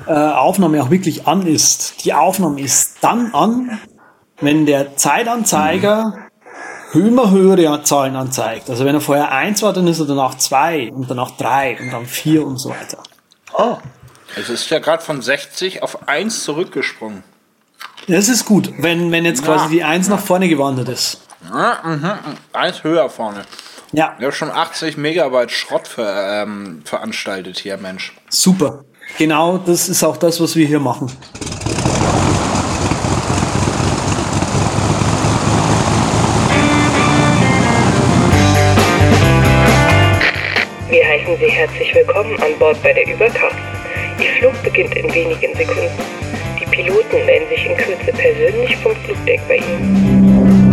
Aufnahme auch wirklich an ist. Die Aufnahme ist dann an, wenn der Zeitanzeiger immer höhere Zahlen anzeigt. Also wenn er vorher 1 war, dann ist er danach 2 und danach 3 und dann 4 und so weiter. Oh. Es ist ja gerade von 60 auf 1 zurückgesprungen. Das ist gut, wenn jetzt quasi die 1 nach vorne gewandert ist. Ja, 1 höher vorne. Ja. Ich habe schon 80 Megabyte Schrott veranstaltet hier, Mensch. Super. Genau, das ist auch das, was wir hier machen. Wir heißen Sie herzlich willkommen an Bord bei der Übercast. Ihr Flug beginnt in wenigen Sekunden. Die Piloten melden sich in Kürze persönlich vom Flugdeck bei Ihnen.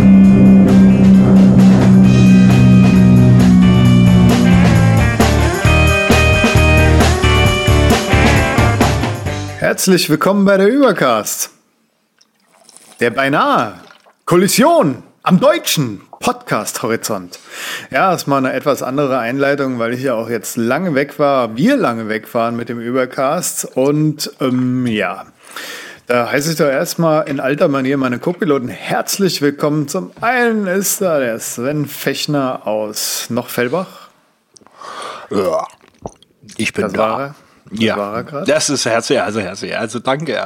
Herzlich willkommen bei der Übercast. Der beinahe Kollision am deutschen Podcast-Horizont. Ja, ist mal eine etwas andere Einleitung, weil ich ja auch jetzt lange weg war, wir lange weg waren mit dem Übercast. Und ja, da heiße ich doch erstmal in alter Manier meine Co-Piloten herzlich willkommen. Zum einen ist da der Sven Fechner aus Nochfellbach. Ja, ich bin da. Ja, das ist herzlich, also danke.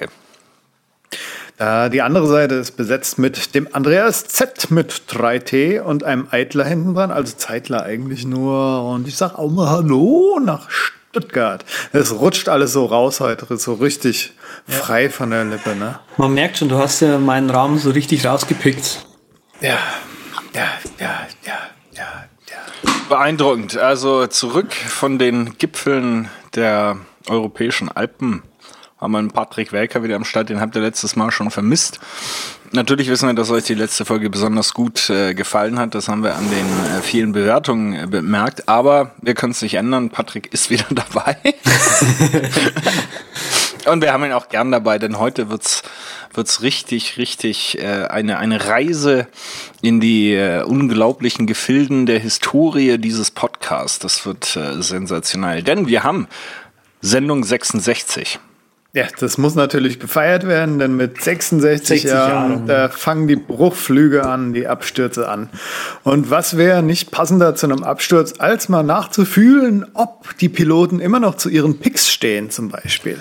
Die andere Seite ist besetzt mit dem Andreas Z mit 3T und einem Eitler hinten dran, also Zeitler eigentlich nur. Und ich sag auch mal Hallo nach Stuttgart. Es rutscht alles so raus heute, so richtig frei von der Lippe, ne? Man merkt schon, du hast ja meinen Rahmen so richtig rausgepickt. Ja. Beeindruckend. Also zurück von den Gipfeln der europäischen Alpen haben wir einen Patrick Welker wieder am Start. Den habt ihr letztes Mal schon vermisst. Natürlich wissen wir, dass euch die letzte Folge besonders gut gefallen hat. Das haben wir an den vielen Bewertungen bemerkt. Aber wir können es nicht ändern. Patrick ist wieder dabei. Und wir haben ihn auch gern dabei, denn heute wird's richtig eine Reise in die unglaublichen Gefilden der Historie dieses Podcasts. Das wird sensationell, denn wir haben Sendung 66. Ja, das muss natürlich gefeiert werden, denn mit 66 Jahren, da fangen die Bruchflüge an, die Abstürze an. Und was wäre nicht passender zu einem Absturz, als mal nachzufühlen, ob die Piloten immer noch zu ihren Picks stehen zum Beispiel.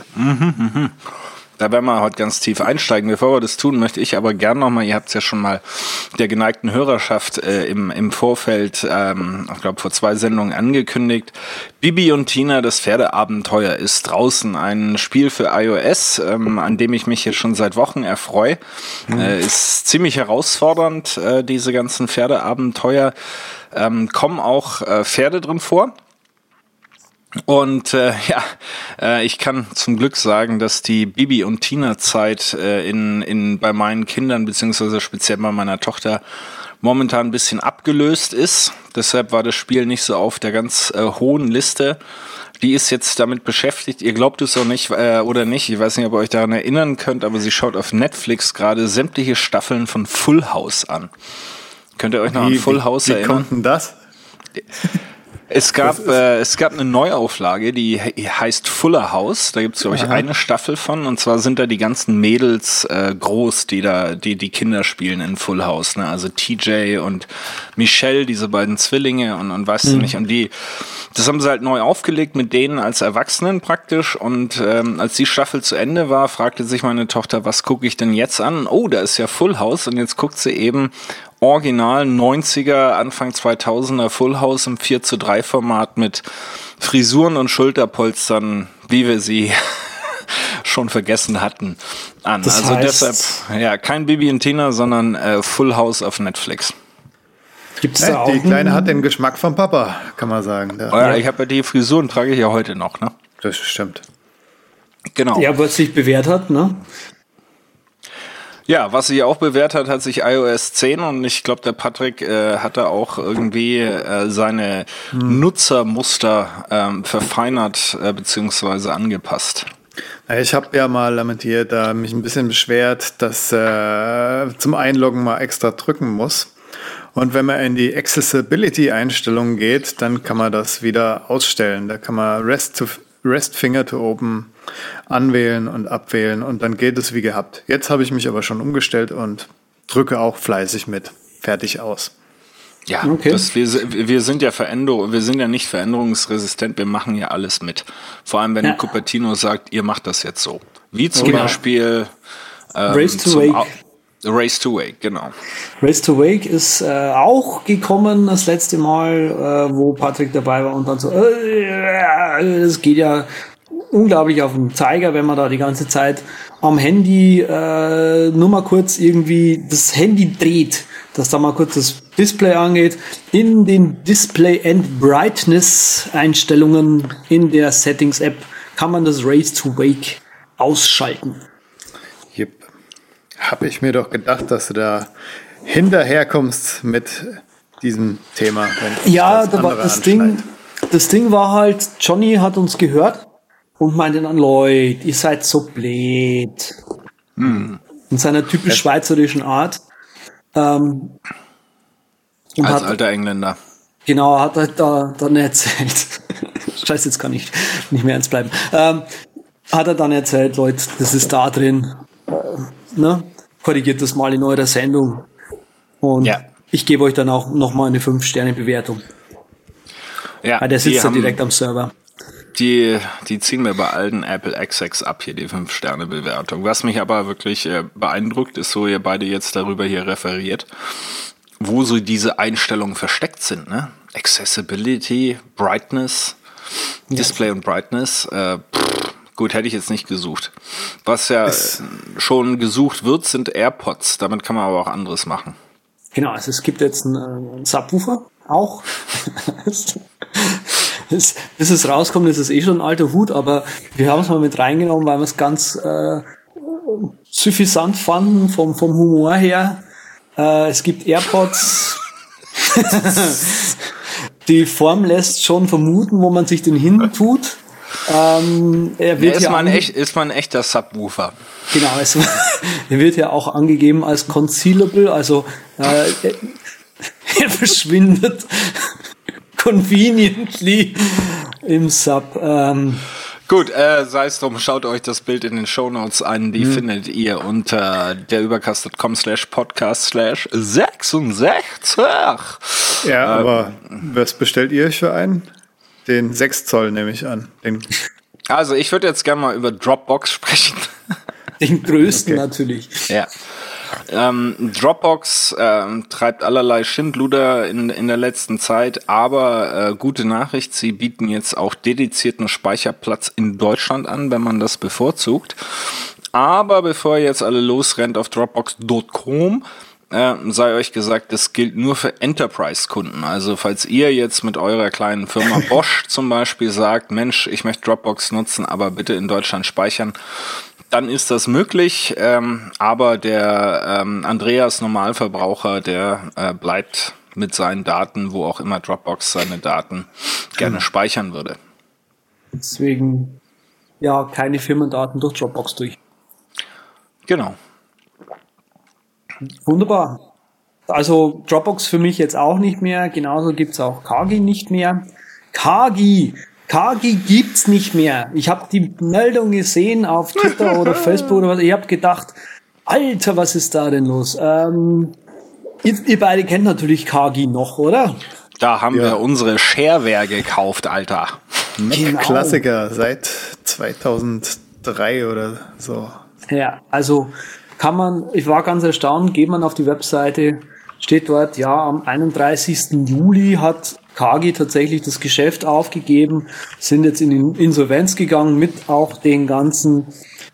Da werden wir heute ganz tief einsteigen. Bevor wir das tun, möchte ich aber gern nochmal, ihr habt es ja schon mal der geneigten Hörerschaft im Vorfeld, ich glaube vor 2 Sendungen angekündigt. Bibi und Tina, das Pferdeabenteuer ist draußen. Ein Spiel für iOS, an dem ich mich jetzt schon seit Wochen erfreue. Ist ziemlich herausfordernd, diese ganzen Pferdeabenteuer. Kommen auch Pferde drin vor. Und ich kann zum Glück sagen, dass die Bibi und Tina Zeit bei meinen Kindern beziehungsweise speziell bei meiner Tochter momentan ein bisschen abgelöst ist. Deshalb war das Spiel nicht so auf der ganz hohen Liste. Die ist jetzt damit beschäftigt. Ihr glaubt es auch nicht oder nicht. Ich weiß nicht, ob ihr euch daran erinnern könnt, aber sie schaut auf Netflix gerade sämtliche Staffeln von Full House an. Könnt ihr euch noch an Full House erinnern? Wie kommt denn das? Es gab eine Neuauflage, die heißt Fuller House. Da gibt es, glaube ich, eine Staffel von. Und zwar sind da die ganzen Mädels groß, die Kinder spielen in Full House. Ne? Also TJ und Michelle, diese beiden Zwillinge und weißt du nicht. Und das haben sie halt neu aufgelegt mit denen als Erwachsenen praktisch. Und als die Staffel zu Ende war, fragte sich meine Tochter, was gucke ich denn jetzt an? Oh, da ist ja Full House. Und jetzt guckt sie eben Original 90er, Anfang 2000er Full House im 4:3 Format mit Frisuren und Schulterpolstern, wie wir sie schon vergessen hatten, an. Das also heißt, deshalb, ja, kein Bibi und Tina, sondern Full House auf Netflix. Gibt's da auch Die Kleine hat den Geschmack vom Papa, kann man sagen. Ich habe ja die Frisuren, trage ich ja heute noch, ne? Das stimmt. Genau. Ja, was sich bewährt hat, ne? Ja, was sich auch bewährt hat, hat sich iOS 10 und ich glaube, der Patrick hat da auch irgendwie seine Nutzermuster verfeinert beziehungsweise angepasst. Ich habe ja mal lamentiert, mich ein bisschen beschwert, dass zum Einloggen mal extra drücken muss. Und wenn man in die Accessibility-Einstellungen geht, dann kann man das wieder ausstellen. Da kann man Rest Finger to Open anwählen und abwählen und dann geht es wie gehabt. Jetzt habe ich mich aber schon umgestellt und drücke auch fleißig mit. Fertig aus. Ja, okay. Wir sind ja nicht veränderungsresistent, wir machen ja alles mit. Vor allem, wenn Cupertino sagt, ihr macht das jetzt so. Wie zum Beispiel Race to Wake. Race to Wake, genau. Race to Wake ist auch gekommen das letzte Mal, wo Patrick dabei war und dann so, das geht ja unglaublich auf den Zeiger, wenn man da die ganze Zeit am Handy nur mal kurz irgendwie das Handy dreht, dass da mal kurz das Display angeht. In den Display and Brightness Einstellungen in der Settings App kann man das Race to Wake ausschalten. Yep. Habe ich mir doch gedacht, dass du da hinterherkommst mit diesem Thema. Ja, das Ding war halt, Johnny hat uns gehört und meinte dann, Leute, ihr seid so blöd. In seiner typisch schweizerischen Art. Und als alter Engländer. Genau, hat halt da dann erzählt. Scheiße, jetzt kann ich nicht mehr ernst bleiben. Hat er dann erzählt, Leute, das ist da drin. Korrigiert das mal in eurer Sendung. Und ich gebe euch dann auch nochmal eine 5-Sterne-Bewertung. Ja, weil der sitzt ja direkt am Server. Die ziehen mir bei allen Apple Execs ab hier, die 5-Sterne-Bewertung. Was mich aber wirklich beeindruckt, ist so, ihr beide jetzt darüber hier referiert, wo so diese Einstellungen versteckt sind, ne? Accessibility, Brightness, Display und Brightness, gut, hätte ich jetzt nicht gesucht. Was ja schon gesucht wird, sind AirPods. Damit kann man aber auch anderes machen. Genau, also es gibt jetzt einen Subwoofer auch. Bis es rauskommt, ist es eh schon ein alter Hut, aber wir haben es mal mit reingenommen, weil wir es ganz suffisant fanden vom Humor her. Es gibt AirPods. Die Form lässt schon vermuten, wo man sich den hin tut. Ist man ein echter Subwoofer. Genau, er wird ja auch angegeben als concealable, also er verschwindet conveniently im Sub. Gut, sei es drum, schaut euch das Bild in den Shownotes an, die findet ihr unter derübercast.com/podcast/66. Ja, aber was bestellt ihr euch für einen? Den 6 Zoll nehme ich an. Also ich würde jetzt gerne mal über Dropbox sprechen. Den größten natürlich. Ja. Dropbox treibt allerlei Schindluder in der letzten Zeit, aber gute Nachricht, sie bieten jetzt auch dedizierten Speicherplatz in Deutschland an, wenn man das bevorzugt. Aber bevor ihr jetzt alle losrennt auf Dropbox.com, sei euch gesagt, das gilt nur für Enterprise-Kunden. Also falls ihr jetzt mit eurer kleinen Firma Bosch zum Beispiel sagt, Mensch, ich möchte Dropbox nutzen, aber bitte in Deutschland speichern, dann ist das möglich. Aber der Andreas Normalverbraucher, der bleibt mit seinen Daten, wo auch immer Dropbox seine Daten gerne speichern würde. Deswegen ja keine Firmendaten durch Dropbox durch. Genau. Wunderbar. Also Dropbox für mich jetzt auch nicht mehr. Genauso gibt's auch Kagi nicht mehr. Kagi gibt's nicht mehr. Ich habe die Meldung gesehen auf Twitter oder Facebook oder was. Ich habe gedacht, Alter, was ist da denn los? Ihr beide kennt natürlich Kagi noch, oder? Da haben wir unsere Shareware gekauft, Alter. Genau. Klassiker seit 2003 oder so. Ja, also ich war ganz erstaunt, geht man auf die Webseite, steht dort, ja, am 31. Juli hat Kagi tatsächlich das Geschäft aufgegeben, sind jetzt in Insolvenz gegangen mit auch den ganzen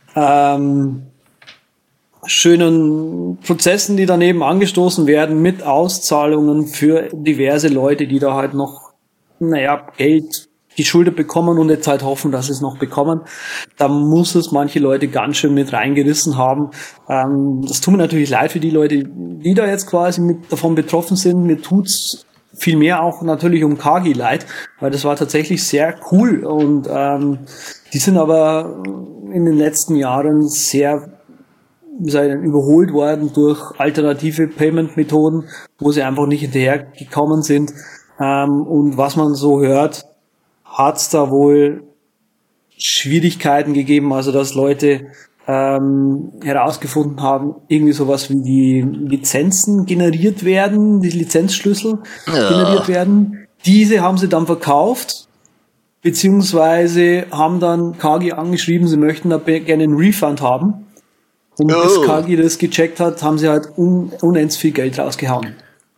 schönen Prozessen, die daneben angestoßen werden, mit Auszahlungen für diverse Leute, die da halt noch, Geld geschuldet bekommen und jetzt halt hoffen, dass sie es noch bekommen. Da muss es manche Leute ganz schön mit reingerissen haben. Das tut mir natürlich leid für die Leute, die da jetzt quasi davon betroffen sind. Mir tut's viel mehr auch natürlich um Kagi leid, weil das war tatsächlich sehr cool und die sind aber in den letzten Jahren sehr überholt worden durch alternative Payment-Methoden, wo sie einfach nicht hinterhergekommen sind. Und was man so hört, hat's da wohl Schwierigkeiten gegeben, also dass Leute herausgefunden haben, irgendwie sowas wie die Lizenzen generiert werden, die Lizenzschlüssel generiert werden. Diese haben sie dann verkauft, beziehungsweise haben dann KG angeschrieben, sie möchten da gerne einen Refund haben. Und bis KG das gecheckt hat, haben sie halt unendlich viel Geld rausgehauen.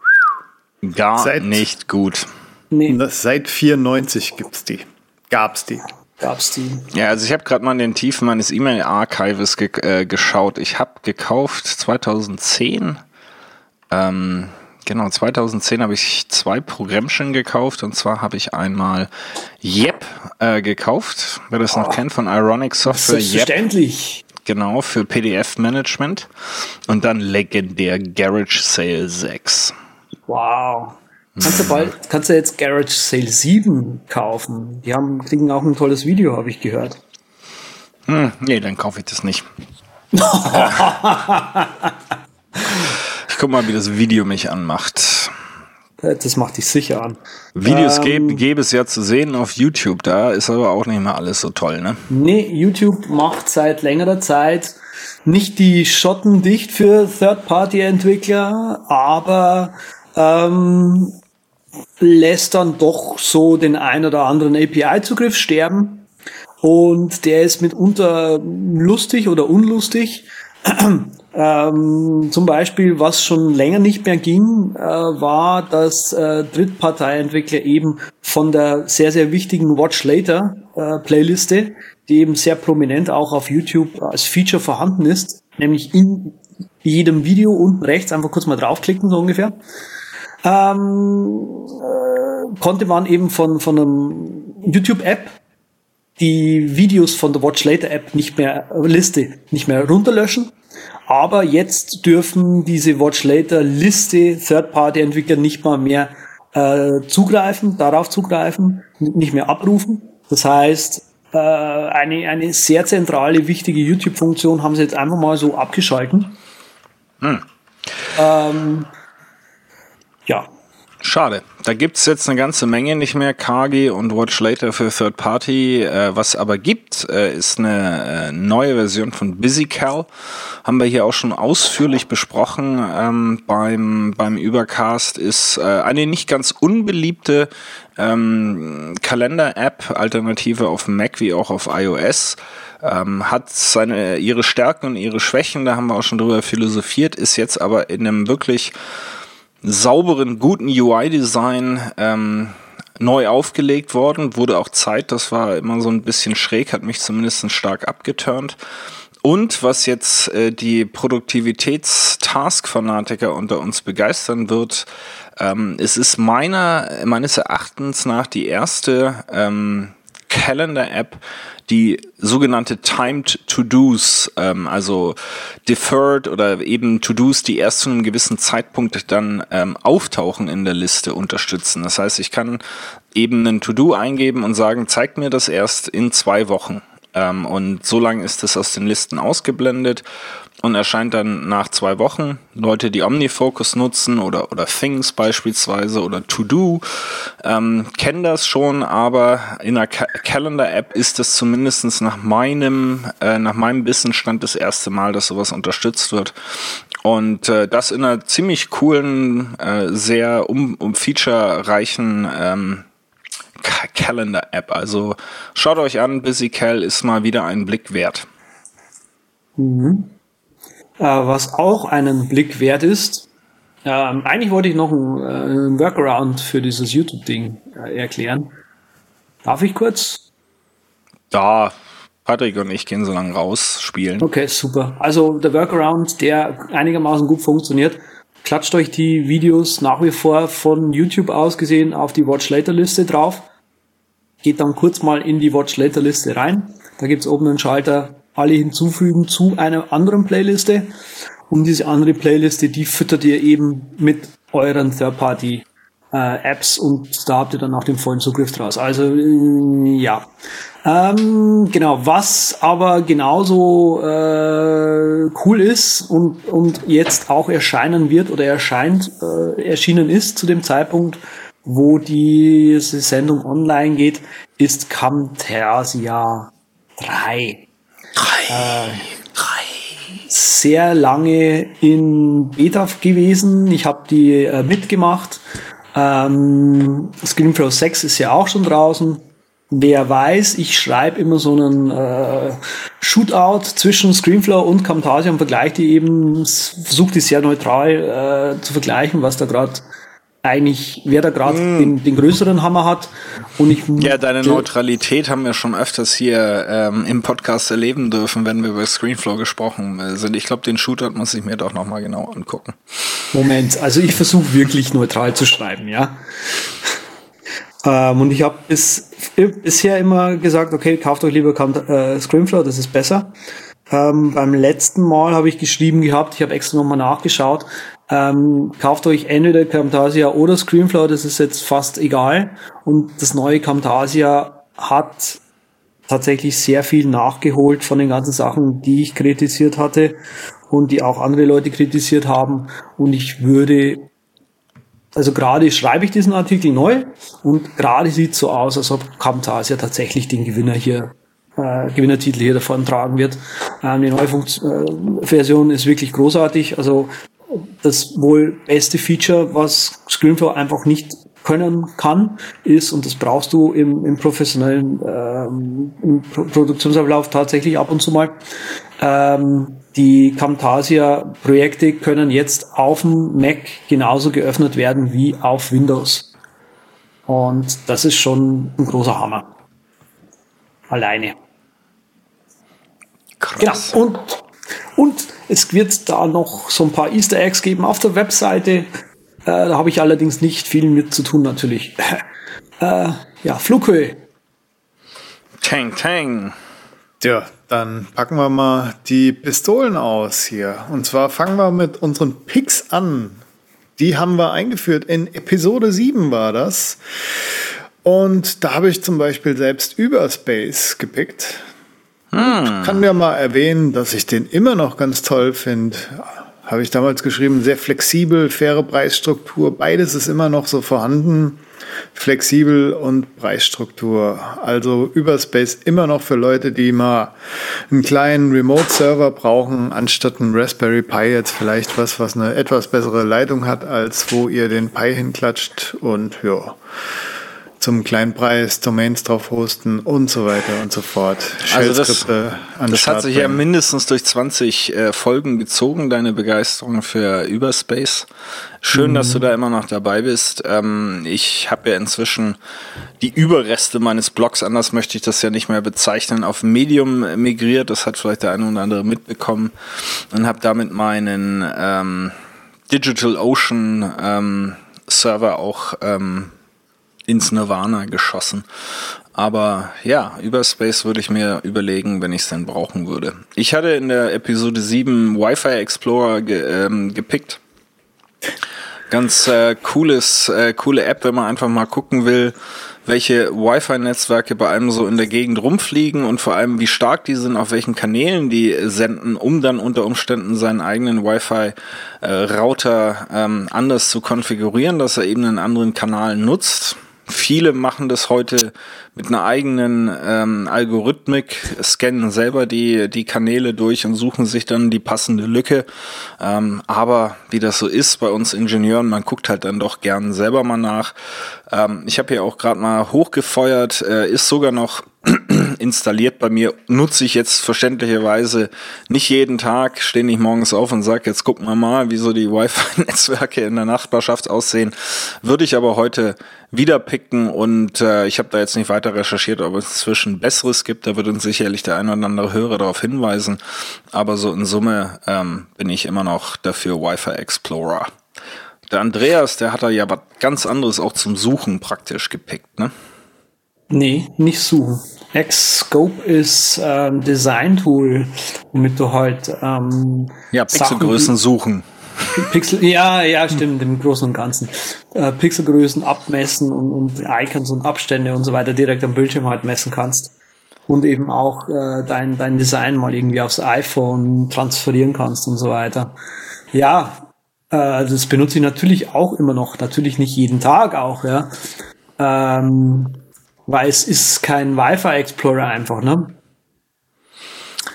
Nicht gut. Nee. Seit 94 gab's die. Ja, also ich habe gerade mal in den Tiefen meines E-Mail-Archives geschaut. Ich habe gekauft 2010. Genau, 2010 habe ich 2 Programmchen gekauft. Und zwar habe ich einmal Yep gekauft. Wer das noch kennt von Ironic Software. Selbstverständlich. Yep. Genau, für PDF-Management. Und dann legendär Garage Sale 6. Wow. Kannst du jetzt Garage Sale 7 kaufen? Die kriegen auch ein tolles Video, habe ich gehört. Nee, dann kaufe ich das nicht. Ich guck mal, wie das Video mich anmacht. Das macht dich sicher an. Videos gäbe es ja zu sehen auf YouTube, da ist aber auch nicht mehr alles so toll, ne? Nee, YouTube macht seit längerer Zeit nicht die Schotten dicht für Third-Party-Entwickler, aber lässt dann doch so den ein oder anderen API-Zugriff sterben. Und der ist mitunter lustig oder unlustig. Zum Beispiel, was schon länger nicht mehr ging, war, dass Drittparteientwickler eben von der sehr, sehr wichtigen Watch Later Playliste, die eben sehr prominent auch auf YouTube als Feature vorhanden ist, nämlich in jedem Video unten rechts, einfach kurz mal draufklicken, so ungefähr, konnte man eben von einem YouTube-App die Videos von der Watch Later App Liste nicht mehr runterlöschen. Aber jetzt dürfen diese Watch Later Liste Third-Party-Entwickler nicht mal mehr darauf zugreifen, nicht mehr abrufen. Das heißt, eine sehr zentrale, wichtige YouTube-Funktion haben sie jetzt einfach mal so abgeschalten. Ja. Schade. Da gibt's jetzt eine ganze Menge nicht mehr, KG und Watch Later für Third Party. Was aber gibt, ist eine neue Version von BusyCal. Haben wir hier auch schon ausführlich besprochen. Beim Übercast ist eine nicht ganz unbeliebte Kalender-App, Alternative auf Mac wie auch auf iOS. Hat ihre Stärken und ihre Schwächen, da haben wir auch schon drüber philosophiert, ist jetzt aber in einem wirklich sauberen, guten UI-Design neu aufgelegt worden. Wurde auch Zeit, das war immer so ein bisschen schräg, hat mich zumindest stark abgeturnt. Und was jetzt die Produktivitäts-Task-Fanatiker unter uns begeistern wird, es ist meines Erachtens nach die erste Calendar-App, die sogenannte Timed To-Dos, also Deferred oder eben To-Dos, die erst zu einem gewissen Zeitpunkt dann auftauchen in der Liste, unterstützen. Das heißt, ich kann eben ein To-Do eingeben und sagen, zeig mir das erst in 2 Wochen. Und so lange ist es aus den Listen ausgeblendet und erscheint dann nach 2 Wochen. Leute, die OmniFocus nutzen oder Things beispielsweise oder To-Do, kennen das schon, aber in einer Calendar-App ist es zumindest nach meinem Wissensstand das erste Mal, dass sowas unterstützt wird. Und das in einer ziemlich coolen, sehr featurereichen Calendar-App. Also schaut euch an, BusyCal ist mal wieder einen Blick wert. Was auch einen Blick wert ist, eigentlich wollte ich noch einen Workaround für dieses YouTube-Ding erklären. Darf ich kurz? Da, Patrick und ich gehen so lange raus spielen. Okay, super. Also der Workaround, der einigermaßen gut funktioniert, klatscht euch die Videos nach wie vor von YouTube aus gesehen auf die Watch Later Liste drauf. Geht dann kurz mal in die Watch Later Liste rein. Da gibt's oben einen Schalter, alle hinzufügen zu einer anderen Playliste. Und diese andere Playliste, die füttert ihr eben mit euren Third-Party Apps und da habt ihr dann auch den vollen Zugriff draus. Also ja. Genau, was aber genauso cool ist und jetzt auch erscheinen wird oder erschienen ist zu dem Zeitpunkt, wo diese Sendung online geht, ist Camtasia. 3. Sehr lange in Beta gewesen. Ich habe die mitgemacht. Screenflow 6 ist ja auch schon draußen. Wer weiß, ich schreibe immer so einen Shootout zwischen Screenflow und Camtasia und vergleiche die eben, versuche die sehr neutral zu vergleichen, was da gerade eigentlich, wer da gerade den größeren Hammer hat. Und deine Neutralität haben wir schon öfters hier im Podcast erleben dürfen, wenn wir über Screenflow gesprochen sind. Ich glaube, den Shootout muss ich mir doch nochmal genau angucken. Moment, also ich versuche wirklich neutral zu schreiben, ja. Und ich habe bisher immer gesagt, okay, kauft euch lieber Screenflow, das ist besser. Beim letzten Mal habe ich geschrieben gehabt, ich habe extra nochmal nachgeschaut, kauft euch entweder Camtasia oder Screenflow, das ist jetzt fast egal. Und das neue Camtasia hat tatsächlich sehr viel nachgeholt von den ganzen Sachen, die ich kritisiert hatte und die auch andere Leute kritisiert haben. Und ich würde, also gerade schreibe ich diesen Artikel neu und gerade sieht es so aus, als ob Camtasia tatsächlich den Gewinnertitel hier davon tragen wird. Die neue Version ist wirklich großartig. Also das wohl beste Feature, was Screenflow einfach nicht können kann, ist, und das brauchst du im professionellen im Produktionsablauf tatsächlich ab und zu mal, die Camtasia-Projekte können jetzt auf dem Mac genauso geöffnet werden wie auf Windows. Und das ist schon ein großer Hammer. Alleine. Krass. Genau. Und es wird da noch so ein paar Easter Eggs geben auf der Webseite. Da habe ich allerdings nicht viel mit zu tun, natürlich. Flughöhe. Tang. Tja, dann packen wir mal die Pistolen aus hier. Und zwar fangen wir mit unseren Picks an. Die haben wir eingeführt. In Episode 7 war das. Und da habe ich zum Beispiel selbst Überspace gepickt. Ich kann ja mal erwähnen, dass ich den immer noch ganz toll finde. Habe ich damals geschrieben, sehr flexibel, faire Preisstruktur. Beides ist immer noch so vorhanden. Flexibel und Preisstruktur. Also Überspace immer noch für Leute, die mal einen kleinen Remote-Server brauchen, anstatt einen Raspberry Pi jetzt vielleicht was eine etwas bessere Leitung hat, als wo ihr den Pi hinklatscht und ja, zum kleinen Preis Domains drauf hosten und so weiter und so fort. Also das hat sich ja mindestens durch 20 Folgen gezogen, deine Begeisterung für Überspace. Schön, dass du da immer noch dabei bist. Ich habe ja inzwischen die Überreste meines Blogs, anders möchte ich das ja nicht mehr bezeichnen, auf Medium migriert. Das hat vielleicht der eine oder andere mitbekommen. Und habe damit meinen DigitalOcean Server auch ins Nirvana geschossen. Aber ja, Überspace würde ich mir überlegen, wenn ich es denn brauchen würde. Ich hatte in der Episode 7 Wi-Fi Explorer gepickt. Ganz coole App, wenn man einfach mal gucken will, welche Wi-Fi-Netzwerke bei einem so in der Gegend rumfliegen und vor allem wie stark die sind, auf welchen Kanälen die senden, um dann unter Umständen seinen eigenen Wi-Fi-Router anders zu konfigurieren, dass er eben einen anderen Kanal nutzt. Viele machen das heute mit einer eigenen Algorithmik, scannen selber die Kanäle durch und suchen sich dann die passende Lücke. Aber wie das so ist bei uns Ingenieuren, man guckt halt dann doch gern selber mal nach. Ich habe hier auch gerade mal hochgefeuert, ist sogar noch installiert bei mir, nutze ich jetzt verständlicherweise nicht jeden Tag, stehe nicht morgens auf und sage, jetzt gucken wir mal, wie so die Wi-Fi-Netzwerke in der Nachbarschaft aussehen. Würde ich aber heute wieder picken und ich habe da jetzt nicht weiter recherchiert, ob es inzwischen Besseres gibt. Da wird uns sicherlich der ein oder andere Hörer darauf hinweisen. Aber so in Summe bin ich immer noch dafür Wi-Fi Explorer. Der Andreas, der hat da ja was ganz anderes auch zum Suchen praktisch gepickt, ne? Nee, nicht suchen. Xscope ist Design-Tool, womit du halt Pixelgrößen suchen. Ja, stimmt, im Großen und Ganzen. Pixelgrößen abmessen und Icons und Abstände und so weiter direkt am Bildschirm halt messen kannst. Und eben auch dein Design mal irgendwie aufs iPhone transferieren kannst und so weiter. Ja, das benutze ich natürlich auch immer noch. Natürlich nicht jeden Tag auch, ja. Weil es ist kein Wi-Fi Explorer einfach, ne?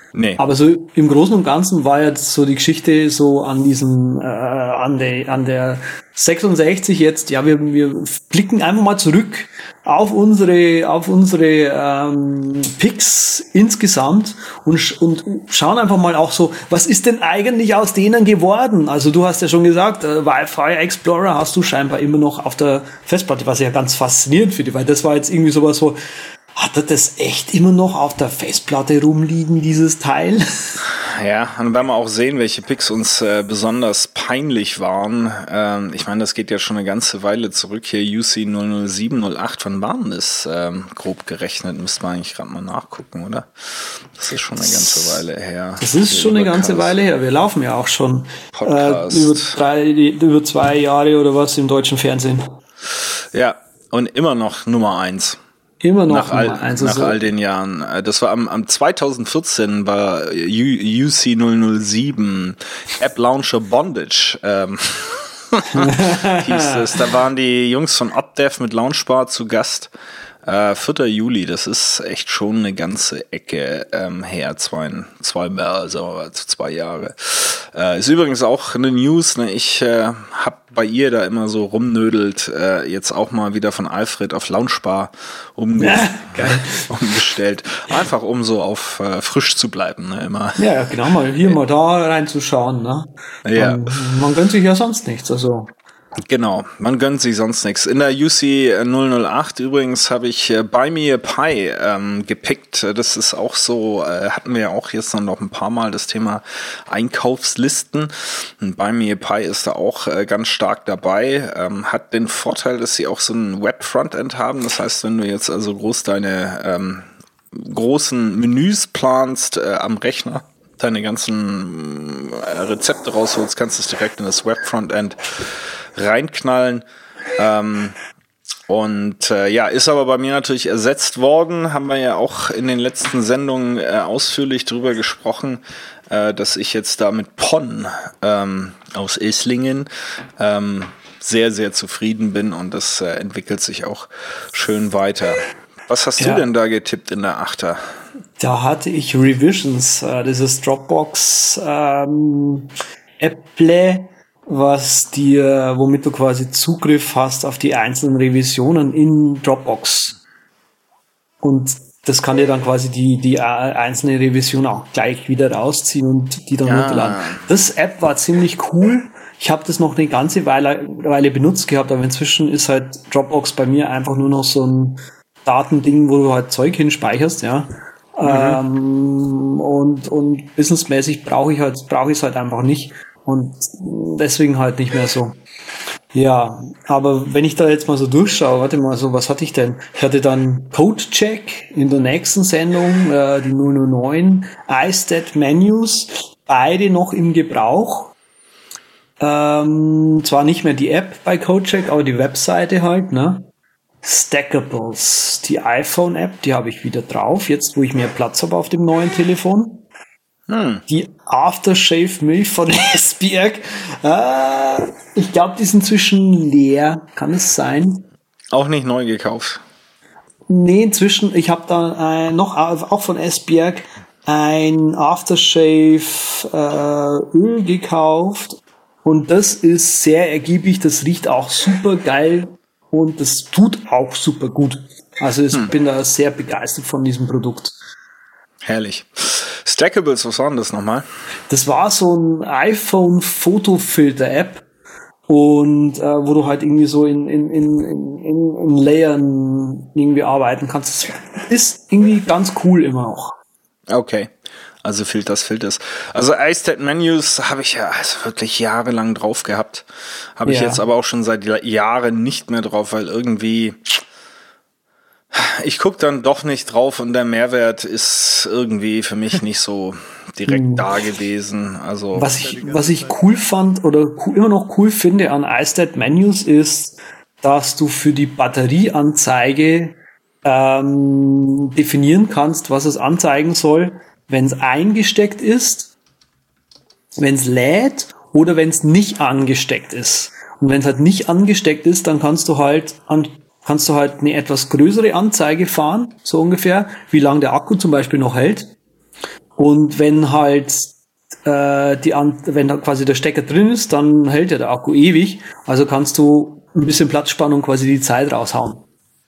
Nee. Aber so im Großen und Ganzen war jetzt so die Geschichte so an diesen, an der 66 jetzt, ja, wir blicken einfach mal zurück auf unsere Picks insgesamt und schauen einfach mal auch so, was ist denn eigentlich aus denen geworden? Also du hast ja schon gesagt, Fire Explorer hast du scheinbar immer noch auf der Festplatte, was ich ja ganz faszinierend finde, weil das war jetzt irgendwie sowas so, hat er das echt immer noch auf der Festplatte rumliegen, dieses Teil? Ja, dann werden wir auch sehen, welche Picks uns besonders peinlich waren. Ich meine, das geht ja schon eine ganze Weile zurück hier. UC 00708, wann waren das grob gerechnet? Müsste man eigentlich gerade mal nachgucken, oder? Das ist schon eine ganze Weile her. Das ist schon eine ganze Weile her. Wir laufen ja auch schon über 2 Jahre oder was im deutschen Fernsehen. Ja, und immer noch Nummer 1. Immer noch nach all den Jahren. Das war am 2014 war UC 007 App Launcher Bondage. Hieß es. Da waren die Jungs von OpDev mit Launchbar zu Gast. 4. Juli, das ist echt schon eine ganze Ecke her, 2 Jahre. Ist übrigens auch eine News, ne? Ich hab bei ihr da immer so rumnödelt, jetzt auch mal wieder von Alfred auf Launchbar umgestellt. Einfach um so auf frisch zu bleiben, ne? Immer. Ja, genau, mal da reinzuschauen, ne? Ja. Man gönnt sich ja sonst nichts, also. Genau, man gönnt sich sonst nichts. In der UC 008 übrigens habe ich Buy Me a Pie gepickt. Das ist auch so, hatten wir ja auch jetzt noch ein paar Mal das Thema Einkaufslisten. Und Buy Me a Pie ist da auch ganz stark dabei. Hat den Vorteil, dass sie auch so ein Web-Frontend haben. Das heißt, wenn du jetzt also groß deine großen Menüs planst am Rechner, deine ganzen Rezepte rausholst, kannst du es direkt in das Web-Frontend reinknallen. Ist aber bei mir natürlich ersetzt worden. Haben wir ja auch in den letzten Sendungen ausführlich drüber gesprochen, dass ich jetzt da mit PON aus Eslingen sehr, sehr zufrieden bin und das entwickelt sich auch schön weiter. Was hast du denn da getippt in der 8er? Da hatte ich Revisions, dieses Dropbox Apple, womit du quasi Zugriff hast auf die einzelnen Revisionen in Dropbox. Und das kann dir dann quasi die einzelne Revision auch gleich wieder rausziehen und die dann runterladen. Das App war ziemlich cool. Ich habe das noch eine ganze Weile benutzt gehabt, aber inzwischen ist halt Dropbox bei mir einfach nur noch so ein Datending, wo du halt Zeug hinspeicherst, ja. Und businessmäßig brauche ich es halt einfach nicht. Und deswegen halt nicht mehr so. Ja, aber wenn ich da jetzt mal so durchschaue, warte mal, so was hatte ich denn? Ich hatte dann Codecheck in der nächsten Sendung, die 009, iStat Menus, beide noch im Gebrauch. Zwar nicht mehr die App bei Codecheck, aber die Webseite halt, ne? Stackables, die iPhone-App, die habe ich wieder drauf, jetzt wo ich mehr Platz habe auf dem neuen Telefon. Die Aftershave-Milch von Esbjerg. Ich glaube, die ist inzwischen leer. Kann es sein? Auch nicht neu gekauft. Nee, inzwischen, ich habe da auch von Esbjerg ein Aftershave Öl gekauft. Und das ist sehr ergiebig. Das riecht auch super geil. Und das tut auch super gut. Also ich bin da sehr begeistert von diesem Produkt. Herrlich. Stackables, was war denn das nochmal? Das war so ein iPhone-Fotofilter-App und wo du halt irgendwie so in Layern irgendwie arbeiten kannst. Das ist irgendwie ganz cool immer noch. Okay. Also Filters. Also iStat Menus habe ich ja wirklich jahrelang drauf gehabt. Habe ich jetzt aber auch schon seit Jahren nicht mehr drauf, weil irgendwie ich gucke dann doch nicht drauf und der Mehrwert ist irgendwie für mich nicht so direkt da gewesen. Also was ich cool fand oder immer noch cool finde an iStat Menus ist, dass du für die Batterieanzeige definieren kannst, was es anzeigen soll, wenn es eingesteckt ist, wenn es lädt oder wenn es nicht angesteckt ist. Und wenn es halt nicht angesteckt ist, dann kannst du halt eine etwas größere Anzeige fahren, so ungefähr, wie lange der Akku zum Beispiel noch hält. Und wenn halt wenn da quasi der Stecker drin ist, dann hält ja der Akku ewig. Also kannst du ein bisschen Platzspannung quasi die Zeit raushauen.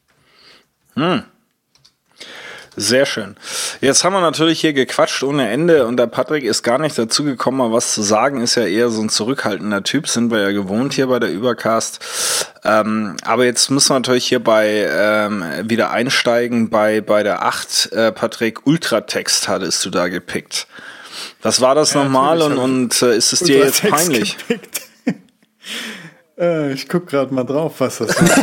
Sehr schön. Jetzt haben wir natürlich hier gequatscht ohne Ende und der Patrick ist gar nicht dazu gekommen, mal was zu sagen. Ist ja eher so ein zurückhaltender Typ, sind wir ja gewohnt hier bei der Übercast. Aber jetzt müssen wir natürlich hier wieder einsteigen bei der 8. Patrick, Ultratext hattest du da gepickt. Was war das nochmal und ist es dir jetzt peinlich? Ich guck gerade mal drauf, was das ist.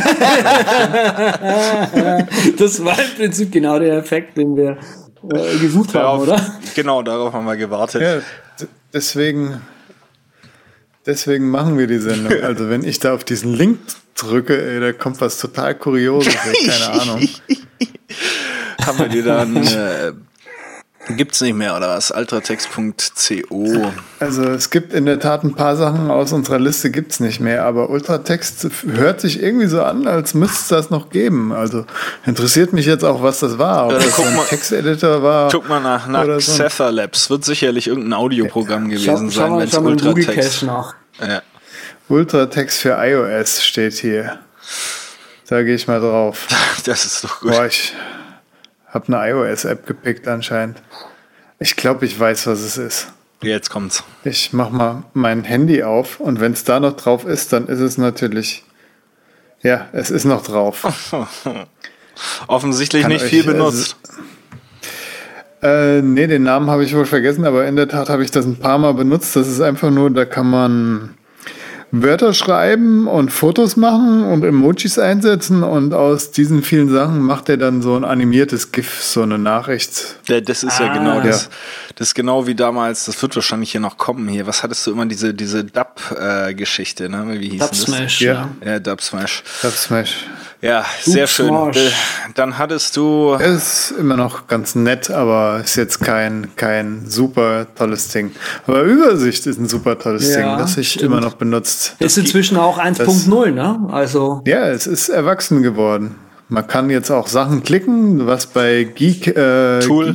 Das war im Prinzip genau der Effekt, den wir gesucht haben, oder? Genau, darauf haben wir gewartet. Ja, deswegen machen wir die Sendung. Also wenn ich da auf diesen Link drücke, da kommt was total Kurioses, keine Ahnung. Haben wir dir dann... Gibt's nicht mehr, oder was? Ultratext.co. Also es gibt in der Tat ein paar Sachen aus unserer Liste gibt's nicht mehr, aber Ultratext hört sich irgendwie so an, als müsste es das noch geben. Also interessiert mich jetzt auch, was das war. Ob das ein Texteditor war. Guck mal nach so. Cepher Labs. Wird sicherlich irgendein Audioprogramm gewesen sein, wenn es Ultratext nach. Ja. Ultratext für iOS steht hier. Da gehe ich mal drauf. Das ist doch gut. Boah, ich habe eine iOS-App gepickt anscheinend. Ich glaube, ich weiß, was es ist. Jetzt kommt's. Ich mach mal mein Handy auf und wenn es da noch drauf ist, dann ist es natürlich... Ja, es ist noch drauf. Offensichtlich nicht viel benutzt. Nee, den Namen habe ich wohl vergessen, aber in der Tat habe ich das ein paar Mal benutzt. Das ist einfach nur, da kann man Wörter schreiben und Fotos machen und Emojis einsetzen und aus diesen vielen Sachen macht er dann so ein animiertes GIF, so eine Nachricht. Ja, das ist ja genau das. Das ist genau wie damals, das wird wahrscheinlich hier noch kommen hier. Was hattest du immer, diese Dub-Geschichte, ne? Wie hieß das? Dubsmash. Ja, Dubsmash. Dubsmash. Ja, sehr schön. Dann hattest du... Es ist immer noch ganz nett, aber ist jetzt kein super tolles Ding. Aber Übersicht ist ein super tolles Ding, das ich immer noch benutzt. Ist inzwischen auch 1.0, ne? Also. Ja, es ist erwachsen geworden. Man kann jetzt auch Sachen klicken, was bei Geektool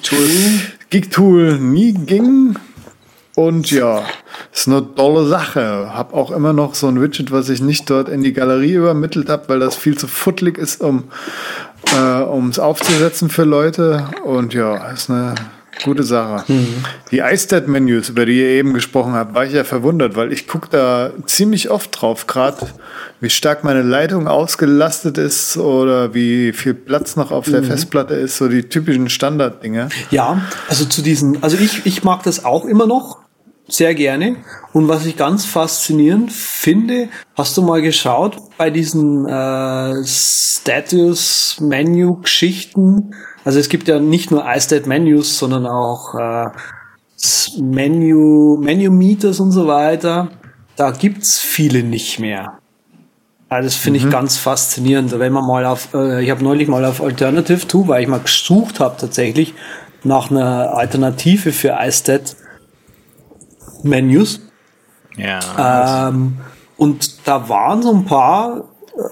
nie ging. Und ja, ist eine tolle Sache. Hab auch immer noch so ein Widget, was ich nicht dort in die Galerie übermittelt habe, weil das viel zu futtelig ist, um es aufzusetzen für Leute. Und ja, ist eine gute Sache. Die iStat-Menüs, über die ihr eben gesprochen habt, war ich ja verwundert, weil ich gucke da ziemlich oft drauf, gerade wie stark meine Leitung ausgelastet ist oder wie viel Platz noch auf der Festplatte ist, so die typischen Standarddinge. Ja, also ich mag das auch immer noch sehr gerne. Und was ich ganz faszinierend finde, hast du mal geschaut bei diesen Status-Menü-Geschichten? Also es gibt ja nicht nur iStat-Menus, sondern auch Menu-Meters und so weiter. Da gibt's viele nicht mehr. Also das finde ich ganz faszinierend. Wenn man mal ich habe neulich mal auf Alternative To, weil ich mal gesucht habe tatsächlich nach einer Alternative für iStat-Menus. Ja. Und da waren so ein paar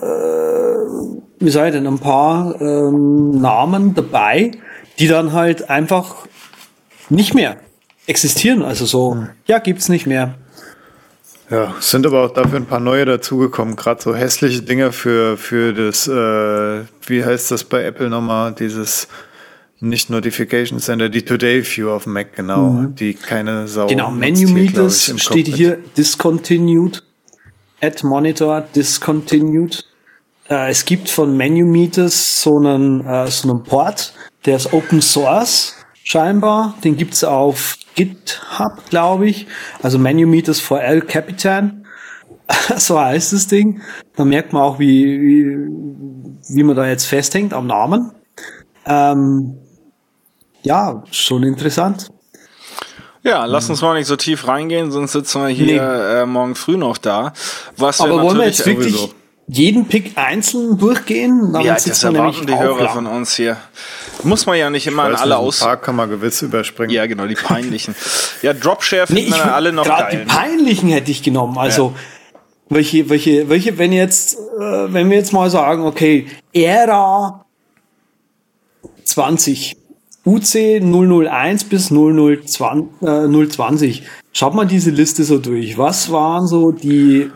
ein paar Namen dabei, die dann halt einfach nicht mehr existieren. Also so, gibt's nicht mehr. Ja, es sind aber auch dafür ein paar neue dazugekommen. Gerade so hässliche Dinger für das, wie heißt das bei Apple nochmal, dieses nicht Notification Center, die Today View auf dem Mac, genau, die keine Sau. Genau, Menu Meters steht hier discontinued, add monitor discontinued. Es gibt von Menu Meters so einen Port, der ist Open Source scheinbar. Den gibt's auf GitHub, glaube ich. Also Menu Meters for El Capitan. So heißt das Ding. Da merkt man auch, wie man da jetzt festhängt am Namen. Ja, schon interessant. Ja, lass uns mal nicht so tief reingehen, sonst sitzen wir hier morgen früh noch da. Aber wollen wir jetzt wirklich jeden Pick einzeln durchgehen? Ja, das erwarten die Hörer von uns hier. Muss man ja nicht immer an alle aus. Ein paar kann man gewiss überspringen. Ja, genau, die peinlichen. Ja, Dropshare finden wir alle noch geil. Die peinlichen hätte ich genommen. Also, welche, wenn wir jetzt mal sagen, okay, Ära 20. UC 001 bis 020. Schaut mal diese Liste so durch. Was waren so die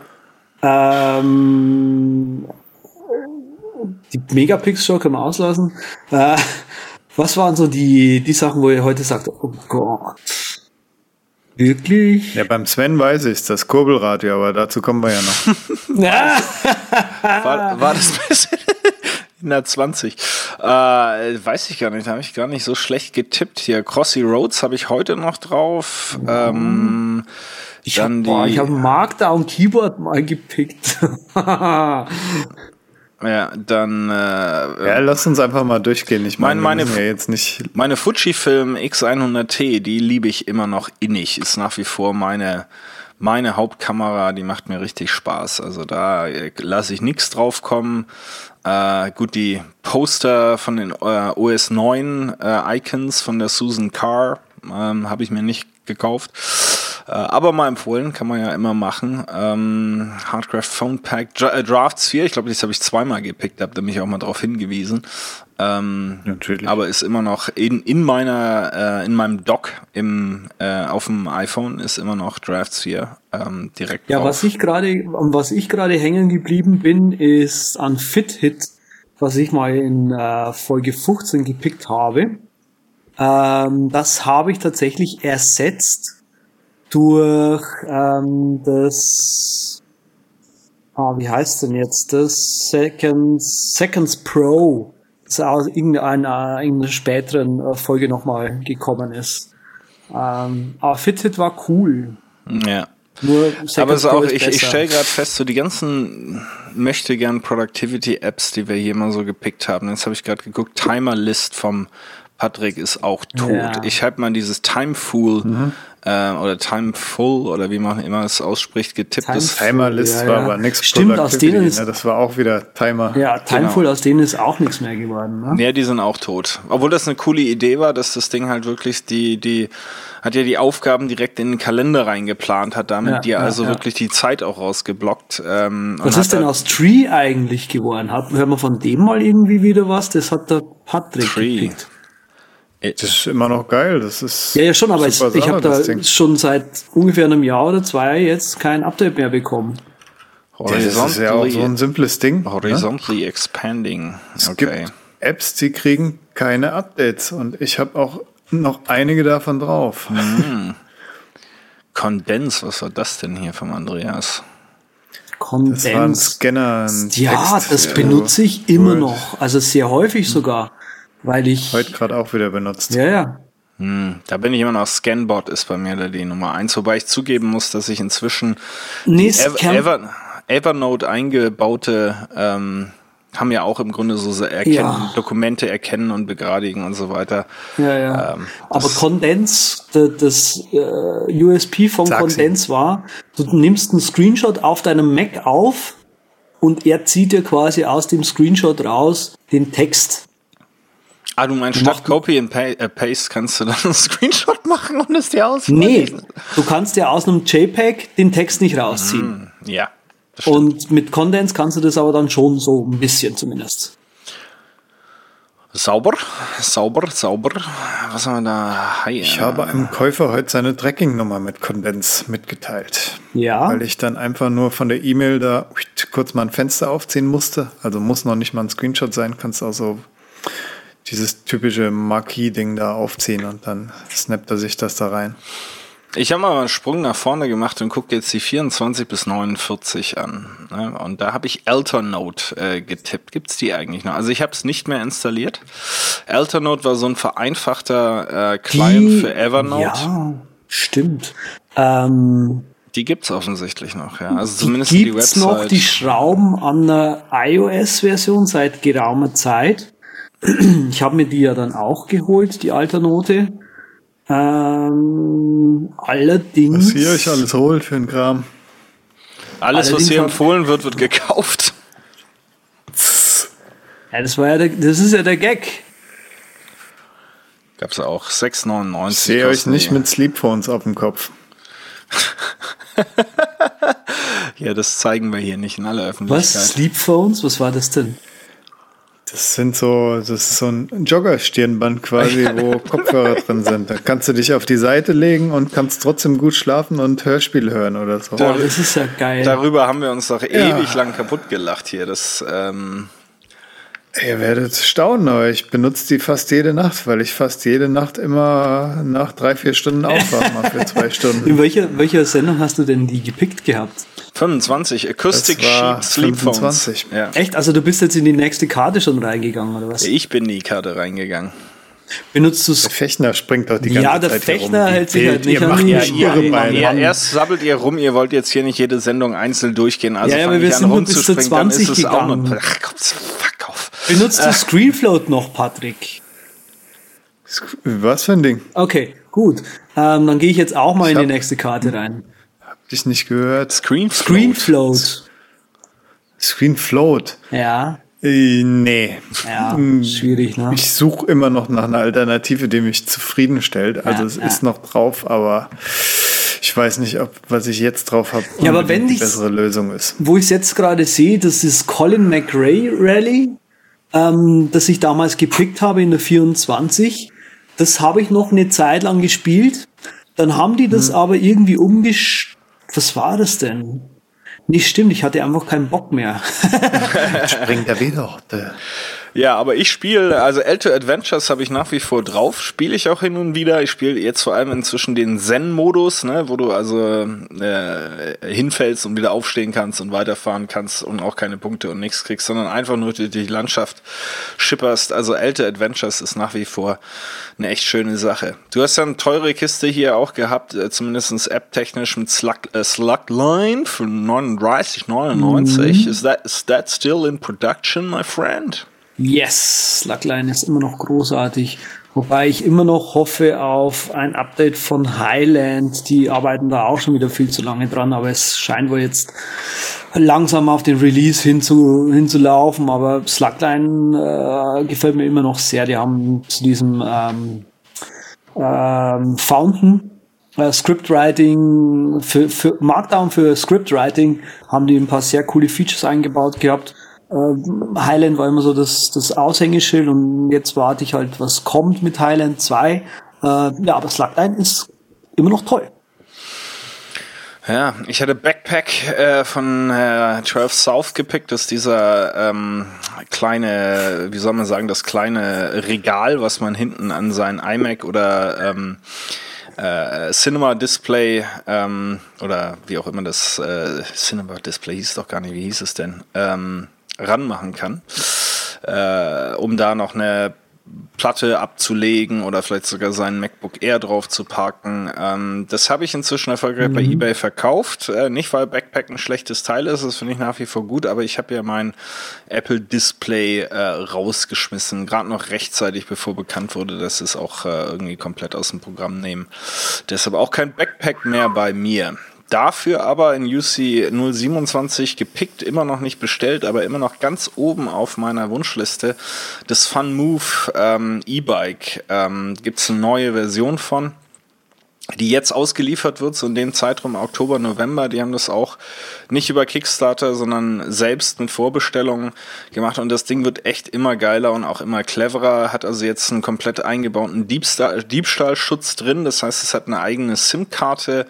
Megapixel können wir auslassen. Was waren so die Sachen, wo ihr heute sagt, oh Gott, wirklich? Ja, beim Sven weiß ich das Kurbelradio, aber dazu kommen wir ja noch. War das bisschen 120? Weiß ich gar nicht, da habe ich gar nicht so schlecht getippt hier. Crossy Roads habe ich heute noch drauf. Ich habe Markdown Keyboard mal gepickt. Ja, dann ja, lass uns einfach mal durchgehen. Ich meine, ja jetzt nicht. Meine Fujifilm X100T, die liebe ich immer noch innig. Ist nach wie vor meine Hauptkamera, die macht mir richtig Spaß. Also da lasse ich nichts drauf kommen. Gut, die Poster von den OS 9 Icons von der Susan Carr habe ich mir nicht gekauft. Aber mal empfohlen, kann man ja immer machen. Hardcraft Phone Pack, Drafts 4, ich glaube, das habe ich zweimal gepickt, habt ihr mich auch mal darauf hingewiesen. Natürlich. Aber ist immer noch in meinem Dock auf dem iPhone ist immer noch Drafts 4 direkt ja, drauf. was ich gerade hängen geblieben bin, ist an FitHit, was ich mal in Folge 15 gepickt habe. Das habe ich tatsächlich ersetzt durch das wie heißt denn jetzt das Seconds Pro, das aus irgendeiner späteren Folge nochmal gekommen ist. Aber FitHit war cool. Ja. Nur aber es ist auch, ich besser. stelle gerade fest, so die ganzen möchte gern Productivity Apps, die wir hier mal so gepickt haben. Jetzt habe ich gerade geguckt, Timer List vom Patrick ist auch tot. Ja. Ich habe mal dieses Timefool oder Timeful oder wie man immer es ausspricht, getippt. Timerlist war aber nichts. Stimmt, aus denen ist, das war auch wieder Timer. Ja, Timeful, genau. Aus denen ist auch nichts mehr geworden. Ne? Ja, die sind auch tot. Obwohl das eine coole Idee war, dass das Ding halt wirklich die hat ja die Aufgaben direkt in den Kalender reingeplant, hat damit wirklich die Zeit auch rausgeblockt. Was ist denn aus Tree eigentlich geworden? Hören wir von dem mal irgendwie wieder was? Das hat der Patrick gepickt. Das ist immer noch geil, das ist ja schon, aber ich habe da schon seit ungefähr einem Jahr oder 2 jetzt kein Update mehr bekommen. Das ist ja auch so ein simples Ding. Horizontally expanding. Es gibt Apps, die kriegen keine Updates und ich habe auch noch einige davon drauf. Condens, was war das denn hier vom Andreas? Condens. Das war ein Scanner. Das benutze ich immer noch, also sehr häufig sogar. Weil ich heute gerade auch wieder benutzt. Ja. Da bin ich immer noch, Scanbot ist bei mir die Nummer 1, wobei ich zugeben muss, dass ich inzwischen Evernote eingebaute haben ja auch im Grunde so Dokumente erkennen und begradigen und so weiter. Ja. Aber Condens, das USP von Condens war, du nimmst einen Screenshot auf deinem Mac auf und er zieht dir quasi aus dem Screenshot raus den Text. Du meinst, statt Copy and Paste kannst du dann einen Screenshot machen und es dir ausschneiden? Nee, du kannst ja aus einem JPEG den Text nicht rausziehen. Ja. Und mit Condens kannst du das aber dann schon so ein bisschen zumindest. Sauber. Was haben wir da? Ich habe einem Käufer heute seine Tracking-Nummer mit Condens mitgeteilt. Ja. Weil ich dann einfach nur von der E-Mail da kurz mal ein Fenster aufziehen musste. Also muss noch nicht mal ein Screenshot sein, kannst auch so dieses typische Marquis-Ding da aufziehen und dann snappt er sich das da rein. Ich habe mal einen Sprung nach vorne gemacht und gucke jetzt die 24 bis 49 an. Und da habe ich Elternote getippt. Gibt's die eigentlich noch? Also ich habe es nicht mehr installiert. Elternote war so ein vereinfachter Client für Evernote. Ja, stimmt. Die gibt's offensichtlich noch, ja. Also zumindest die Website. Gibt's noch die Schrauben an der iOS-Version seit geraumer Zeit? Ich habe mir die ja dann auch geholt, die Alternote. Allerdings. Was ihr euch alles holt für den Kram. Alles, was hier empfohlen wird gekauft. Ja, das ist ja der Gag. Gab's auch 6,99. Ich sehe euch nicht mit Sleepphones auf dem Kopf. Ja, das zeigen wir hier nicht in aller Öffentlichkeit. Was? Sleepphones? Was war das denn? Das ist so ein Jogger-Stirnband quasi, wo Kopfhörer drin sind. Da kannst du dich auf die Seite legen und kannst trotzdem gut schlafen und Hörspiel hören oder so. Boah, das ist ja geil. Darüber haben wir uns doch ewig lang kaputt gelacht hier. Ihr werdet staunen, aber ich benutze die fast jede Nacht, weil ich fast jede Nacht immer nach 3-4 Stunden aufwache, mal für 2 Stunden. In welcher Sendung hast du denn die gepickt gehabt? 25, Acoustic Sheep Sleep Phones. Ja. Echt? Also du bist jetzt in die nächste Karte schon reingegangen, oder was? Ich bin in die Karte reingegangen. Benutzt du Der Fechner springt doch die ganze Zeit Ja, der Fechner herum. hält sich halt nicht Ihr an macht die ja Schuhe. ihre Beine. Erst sabbelt ihr rum, ihr wollt jetzt hier nicht jede Sendung einzeln durchgehen. Also Ja, fang aber wir nicht an sind nur bis zur rumzuspringen, dann 20 ist es auch gegangen. noch. Ach, komm, fuck auf. Benutzt du Screenfloat noch, Patrick? Was für ein Ding? Okay, gut. Dann gehe ich jetzt auch mal in die hab- nächste Karte rein. Hab dich nicht gehört. Screenfloat. Screenfloat. Ja, Nee. ja, schwierig, ne? Ich suche immer noch nach einer Alternative, die mich zufriedenstellt. Also es ist noch drauf, aber ich weiß nicht, was ich jetzt drauf habe, Ja, aber wenn die ich's- bessere Lösung ist. Wo ich es jetzt gerade sehe, das ist Colin McRae Rally, das ich damals gepickt habe in der 24. Das habe ich noch eine Zeit lang gespielt. Dann haben die das aber irgendwie Was war das denn? Nicht stimmt, ich hatte einfach keinen Bock mehr. Springt er wieder. Ja, aber ich spiele, also L2 Adventures habe ich nach wie vor drauf, spiele ich auch hin und wieder. Ich spiele jetzt vor allem inzwischen den Zen-Modus, ne, wo du also hinfällst und wieder aufstehen kannst und weiterfahren kannst und auch keine Punkte und nichts kriegst, sondern einfach nur durch die Landschaft schipperst. Also L2 Adventures ist nach wie vor eine echt schöne Sache. Du hast ja eine teure Kiste hier auch gehabt, zumindest app-technisch mit Slugline für 39,99. Is that still in production, my friend? Yes, Slugline ist immer noch großartig. Wobei ich immer noch hoffe auf ein Update von Highland. Die arbeiten da auch schon wieder viel zu lange dran, aber es scheint wohl jetzt langsam auf den Release hinzulaufen. Aber Slugline gefällt mir immer noch sehr. Die haben zu diesem Fountain Scriptwriting für Markdown für Scriptwriting haben die ein paar sehr coole Features eingebaut gehabt. Highland war immer so das Aushängeschild und jetzt warte ich halt, was kommt mit Highland 2. Ja, aber Slugline ist immer noch toll. Ja, ich hatte Backpack von 12 South gepickt, das ist dieser kleine, wie soll man sagen, das kleine Regal, was man hinten an sein iMac oder Cinema Display oder wie auch immer das Cinema Display hieß doch gar nicht, wie hieß es denn? Ranmachen kann, um da noch eine Platte abzulegen oder vielleicht sogar seinen MacBook Air drauf zu parken. Das habe ich inzwischen erfolgreich bei eBay verkauft. Nicht, weil Backpack ein schlechtes Teil ist, das finde ich nach wie vor gut, aber ich habe ja mein Apple Display rausgeschmissen, gerade noch rechtzeitig, bevor bekannt wurde, dass es auch irgendwie komplett aus dem Programm nehmen. Deshalb auch kein Backpack mehr bei mir. Dafür aber in UC 027 gepickt, immer noch nicht bestellt, aber immer noch ganz oben auf meiner Wunschliste, das Fun Move E-Bike. Gibt's eine neue Version von, die jetzt ausgeliefert wird, so in dem Zeitraum Oktober, November. Die haben das auch nicht über Kickstarter, sondern selbst mit Vorbestellungen gemacht und das Ding wird echt immer geiler und auch immer cleverer, hat also jetzt einen komplett eingebauten Diebstahlschutz drin, das heißt, es hat eine eigene SIM-Karte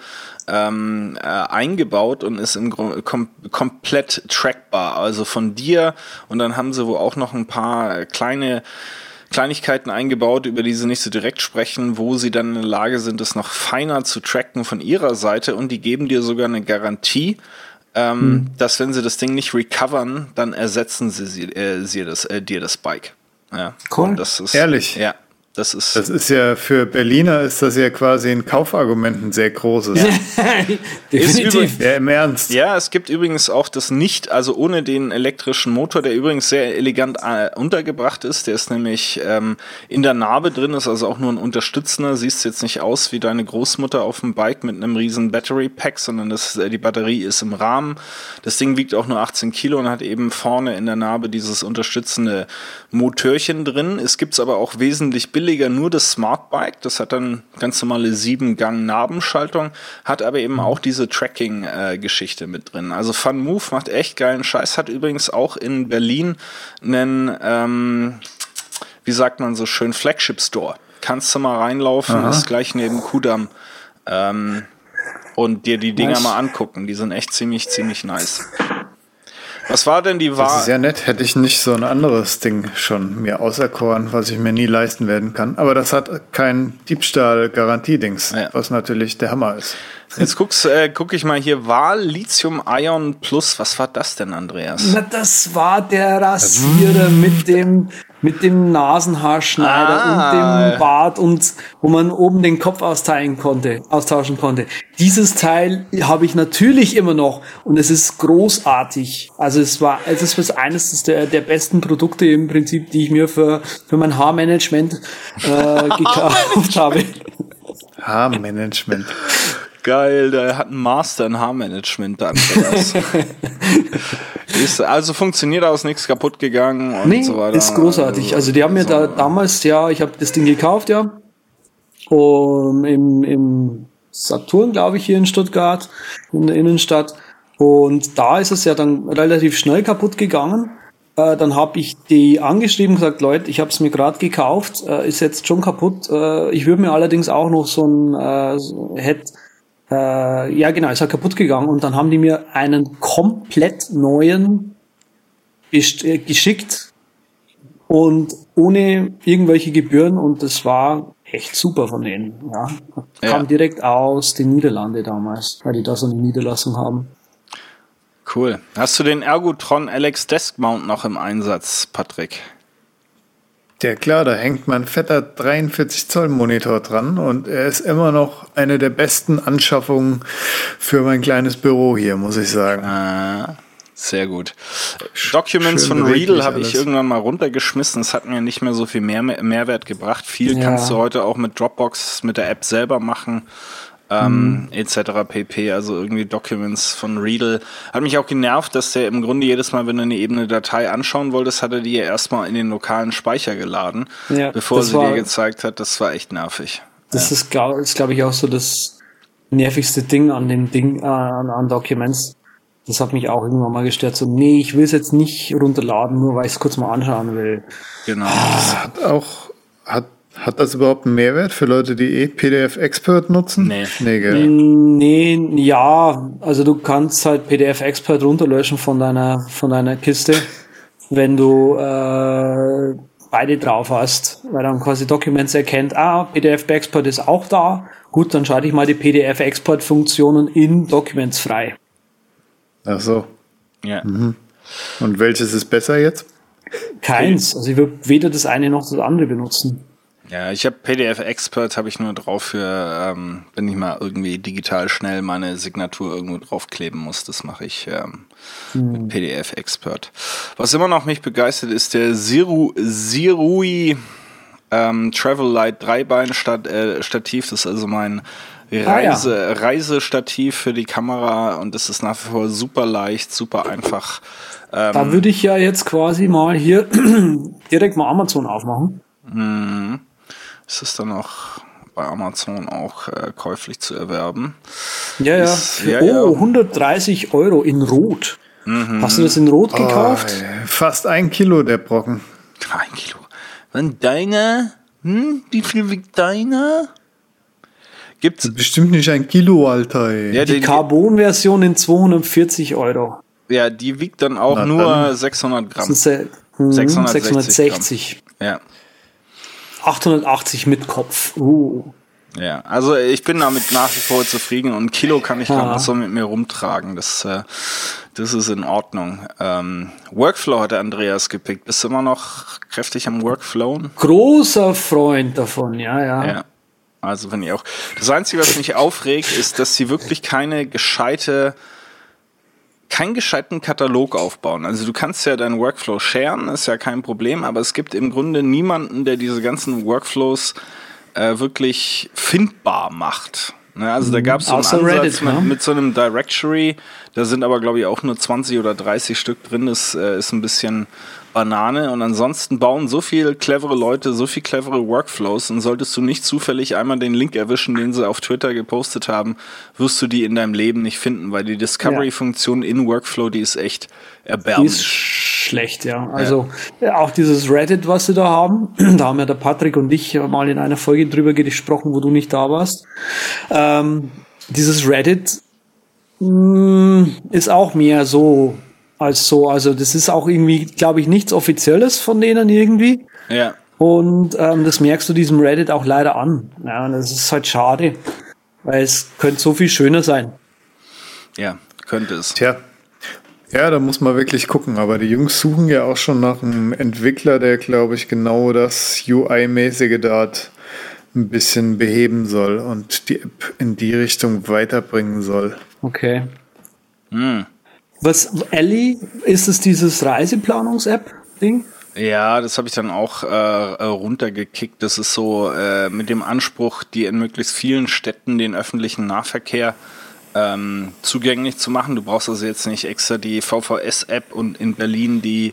eingebaut und ist komplett trackbar, also von dir, und dann haben sie wohl auch noch ein paar Kleinigkeiten eingebaut, über die sie nicht so direkt sprechen, wo sie dann in der Lage sind, es noch feiner zu tracken von ihrer Seite, und die geben dir sogar eine Garantie, dass wenn sie das Ding nicht recovern, dann ersetzen sie dir das Bike. Ja. Cool. Und das ist, ehrlich? Ja. Das ist ja für Berliner ist das ja quasi ein Kaufargument, ein sehr großes. Ja. Definitiv. Ja, im Ernst. Ja, es gibt übrigens auch das nicht, also ohne den elektrischen Motor, der übrigens sehr elegant untergebracht ist. Der ist nämlich in der Narbe drin, ist also auch nur ein unterstützender. Siehst jetzt nicht aus wie deine Großmutter auf dem Bike mit einem riesen Battery Pack, sondern die Batterie ist im Rahmen. Das Ding wiegt auch nur 18 Kilo und hat eben vorne in der Narbe dieses unterstützende Motörchen drin. Es gibt's aber auch wesentlich billiger billiger nur das Smart Bike. Das hat dann ganz normale 7-Gang-Nabenschaltung, hat aber eben auch diese Tracking-Geschichte mit drin. Also Fun Move macht echt geilen Scheiß, hat übrigens auch in Berlin einen, wie sagt man so schön, Flagship Store. Kannst du mal reinlaufen, ist gleich neben Kudamm. Und dir die Dinger mal angucken. Die sind echt ziemlich nice. Was war denn die Wahl? Das ist ja nett. Hätte ich nicht so ein anderes Ding schon mir auserkoren, was ich mir nie leisten werden kann. Aber das hat kein Diebstahl-Garantie-Dings, was natürlich der Hammer ist. Jetzt guck ich mal hier. Wahl Lithium Ion Plus. Was war das denn, Andreas? Na, das war der Rasierer mit dem Nasenhaarschneider und dem Bart und wo man oben den Kopf austauschen konnte. Dieses Teil habe ich natürlich immer noch und es ist großartig. Also es ist eines der besten Produkte im Prinzip, die ich mir für mein Haarmanagement gekauft habe. Haarmanagement. Geil, der hat einen Master in Haarmanagement dann. Also funktioniert aus, nichts kaputt gegangen und so weiter. Ist großartig. Also die haben mir da damals, ich habe das Ding gekauft, im Saturn, glaube ich, hier in Stuttgart, in der Innenstadt. Und da ist es ja dann relativ schnell kaputt gegangen. Dann habe ich die angeschrieben und gesagt, Leute, ich habe es mir gerade gekauft, ist jetzt schon kaputt. Ich würde mir allerdings auch noch so ein ist halt kaputt gegangen und dann haben die mir einen komplett neuen geschickt und ohne irgendwelche Gebühren und das war echt super von denen. Ja. Kam direkt aus den Niederlanden damals, weil die da so eine Niederlassung haben. Cool. Hast du den Ergotron Alex Desk Mount noch im Einsatz, Patrick? Ja klar, da hängt mein fetter 43 Zoll Monitor dran und er ist immer noch eine der besten Anschaffungen für mein kleines Büro hier, muss ich sagen. Sehr gut. Documents von Readle habe ich irgendwann mal runtergeschmissen. Das hat mir nicht mehr so viel Mehrwert gebracht. Viel kannst du heute auch mit Dropbox, mit der App selber machen. Etc. pp. Also irgendwie Documents von Readle. Hat mich auch genervt, dass der im Grunde jedes Mal, wenn du eine Datei anschauen wolltest, hat er die ja erstmal in den lokalen Speicher geladen, bevor sie dir gezeigt hat. Das war echt nervig. Das ist, glaube ich, auch so das nervigste Ding an dem Ding, an Documents. Das hat mich auch irgendwann mal gestört. So, nee, ich will es jetzt nicht runterladen, nur weil ich es kurz mal anschauen will. Genau. Hat das überhaupt einen Mehrwert für Leute, die PDF Expert nutzen? Nee, gell? Nee, ja, also du kannst halt PDF Expert runterlöschen von deiner Kiste, wenn du beide drauf hast, weil dann quasi Documents erkennt, PDF Export ist auch da, gut, dann schalte ich mal die PDF Export Funktionen in Documents frei. Ach so. Ja. Und welches ist besser jetzt? Keins, also ich würde weder das eine noch das andere benutzen. Ja, ich habe PDF Expert, habe ich nur drauf für, wenn ich mal irgendwie digital schnell meine Signatur irgendwo draufkleben muss, das mache ich mit PDF Expert. Was immer noch mich begeistert, ist der Sirui Travel Light Dreibein-Stativ. Das ist also mein Reisestativ für die Kamera und das ist nach wie vor super leicht, super einfach. Da würde ich ja jetzt quasi mal hier direkt mal Amazon aufmachen. Ist es dann auch bei Amazon auch käuflich zu erwerben? Ja. 130 € in Rot. Hast du das in Rot gekauft? Fast 1 Kilo der Brocken. 1 Kilo. Und deiner? Wie viel wiegt deiner? Gibt's bestimmt nicht 1 Kilo, Alter. Ja, die Carbon-Version in 240 €. Ja, die wiegt dann auch nur 600 Gramm. 660. Gramm. Ja. 880 mit Kopf. Ja, also ich bin damit nach wie vor zufrieden und 1 Kilo kann ich dann auch so mit mir rumtragen. Das ist in Ordnung. Workflow hat der Andreas gepickt. Bist du immer noch kräftig am Workflowen? Großer Freund davon, ja. Also wenn ich auch. Das Einzige, was mich aufregt, ist, dass sie wirklich keinen gescheiten Katalog aufbauen. Also du kannst ja deinen Workflow sharen, ist ja kein Problem, aber es gibt im Grunde niemanden, der diese ganzen Workflows wirklich findbar macht. Ne, also da gab es so einen Außer Ansatz Reddit, mit so einem Directory, da sind aber, glaube ich, auch nur 20 oder 30 Stück drin, das ist ein bisschen Banane und ansonsten bauen so viel clevere Leute, so viel clevere Workflows und solltest du nicht zufällig einmal den Link erwischen, den sie auf Twitter gepostet haben, wirst du die in deinem Leben nicht finden, weil die Discovery-Funktion in Workflow, die ist echt erbärmlich. Die ist schlecht, ja. Also auch dieses Reddit, was sie da haben, da haben ja der Patrick und ich mal in einer Folge drüber gesprochen, wo du nicht da warst. Dieses Reddit ist auch mehr so als so. Also das ist auch irgendwie, glaube ich, nichts Offizielles von denen irgendwie. Ja. Und das merkst du diesem Reddit auch leider an. Ja, und das ist halt schade, weil es könnte so viel schöner sein. Ja, könnte es. Tja. Ja, da muss man wirklich gucken. Aber die Jungs suchen ja auch schon nach einem Entwickler, der, glaube ich, genau das UI-mäßige dort ein bisschen beheben soll und die App in die Richtung weiterbringen soll. Okay. Was, Ellie, ist es dieses Reiseplanungs-App-Ding? Ja, das habe ich dann auch runtergekickt. Das ist so mit dem Anspruch, die in möglichst vielen Städten den öffentlichen Nahverkehr zugänglich zu machen. Du brauchst also jetzt nicht extra die VVS-App und in Berlin die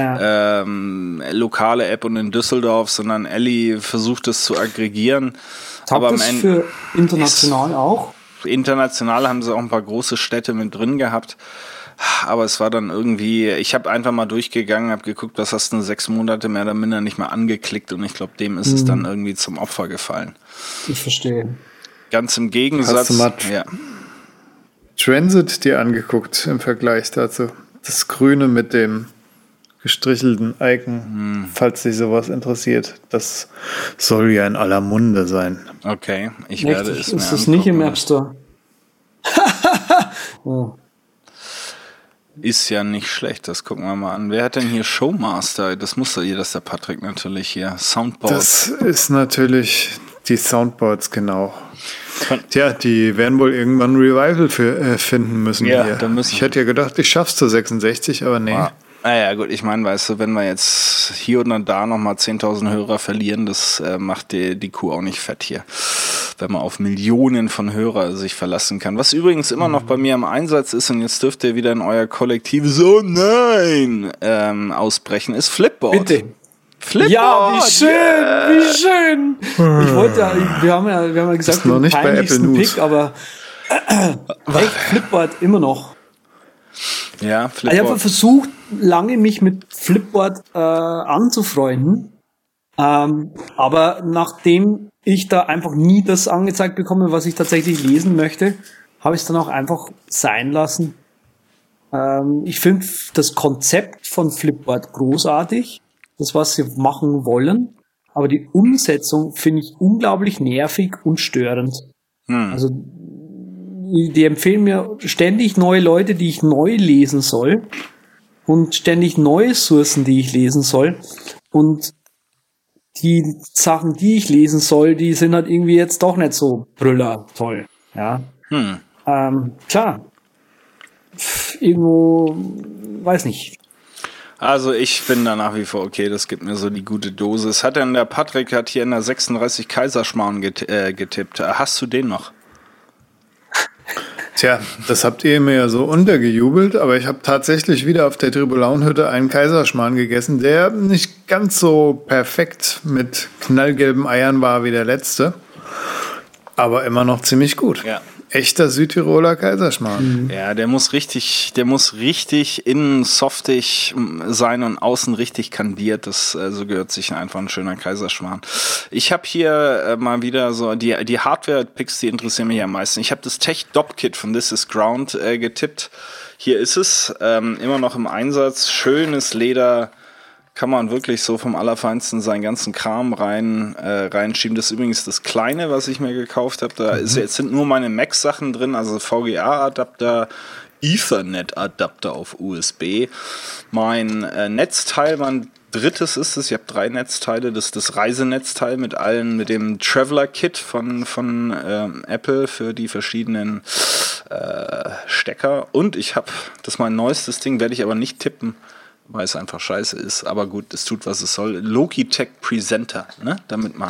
lokale App und in Düsseldorf, sondern Ellie versucht es zu aggregieren. Aber das für international auch? International haben sie auch ein paar große Städte mit drin gehabt. Aber es war dann irgendwie, ich habe einfach mal durchgegangen, habe geguckt, was hast du 6 Monate mehr oder minder nicht mehr angeklickt und ich glaube, dem ist es dann irgendwie zum Opfer gefallen. Ich verstehe. Ganz im Gegensatz. Hast du mal ja. Transit dir angeguckt im Vergleich dazu? Das Grüne mit dem gestrichelten Icon, falls dich sowas interessiert. Das soll ja in aller Munde sein. Okay, ich werde es mir angucken. Ist das nicht im App Store? Oh. Ist ja nicht schlecht, das gucken wir mal an. Wer hat denn hier Showmaster? Das muss das ist der Patrick natürlich hier. Soundboards. Das ist natürlich die Soundboards, genau. Tja, die werden wohl irgendwann ein Revival finden müssen. Ja, hier. Da müssen. Ich hätte ja gedacht, ich schaff's zu 66, aber nee. Naja, gut, ich meine, weißt du, wenn wir jetzt hier und da nochmal 10.000 Hörer verlieren, das macht die Kuh auch nicht fett hier. Wenn man auf Millionen von Hörer sich verlassen kann. Was übrigens immer noch bei mir im Einsatz ist, und jetzt dürft ihr wieder in euer kollektives Oh nein ausbrechen, ist Flipboard. Bitte. Flipboard! Ja, wie schön, wie schön. Ich wollte ja, wir haben ja gesagt, noch nicht bei Apple News. Pick, aber echt, Flipboard immer noch. Ja, Flipboard. Ich habe versucht, lange mich mit Flipboard anzufreunden, aber nachdem ich da einfach nie das angezeigt bekomme, was ich tatsächlich lesen möchte, habe ich es dann auch einfach sein lassen. Ich finde das Konzept von Flipboard großartig, das, was sie machen wollen, aber die Umsetzung finde ich unglaublich nervig und störend. Also die empfehlen mir ständig neue Leute, die ich neu lesen soll und ständig neue Sourcen, die ich lesen soll, und die Sachen, die ich lesen soll, die sind halt irgendwie jetzt doch nicht so brüller toll. Ja. Klar. Irgendwo, weiß nicht. Also ich bin da nach wie vor okay, das gibt mir so die gute Dosis. Hat denn der Patrick hat hier in der 36 Kaiserschmarrn getippt. Hast du den noch? Tja, das habt ihr mir ja so untergejubelt, aber ich habe tatsächlich wieder auf der Tribulaunhütte einen Kaiserschmarrn gegessen, der nicht ganz so perfekt mit knallgelben Eiern war wie der letzte, aber immer noch ziemlich gut. Ja. Echter Südtiroler Kaiserschmarrn. Ja, der muss richtig innen softig sein und außen richtig kandiert. Das so gehört sich einfach ein schöner Kaiserschmarrn. Ich habe hier mal wieder so die Hardware-Picks, die interessieren mich am meisten. Ich habe das Tech-Dop-Kit von This Is Ground getippt. Hier ist es, immer noch im Einsatz. Schönes Leder. Kann man wirklich so vom Allerfeinsten seinen ganzen Kram reinschieben. Das ist übrigens das Kleine, was ich mir gekauft habe. Da sind nur meine Mac-Sachen drin, also VGA-Adapter, Ethernet-Adapter auf USB. Mein Netzteil, mein drittes ist es. Ich habe 3 Netzteile. Das ist das Reisenetzteil mit dem Traveler-Kit von Apple für die verschiedenen Stecker. Und ich habe, das ist mein neuestes Ding, werde ich aber nicht tippen, weil es einfach scheiße ist. Aber gut, es tut, was es soll. Logitech Presenter, ne? Damit man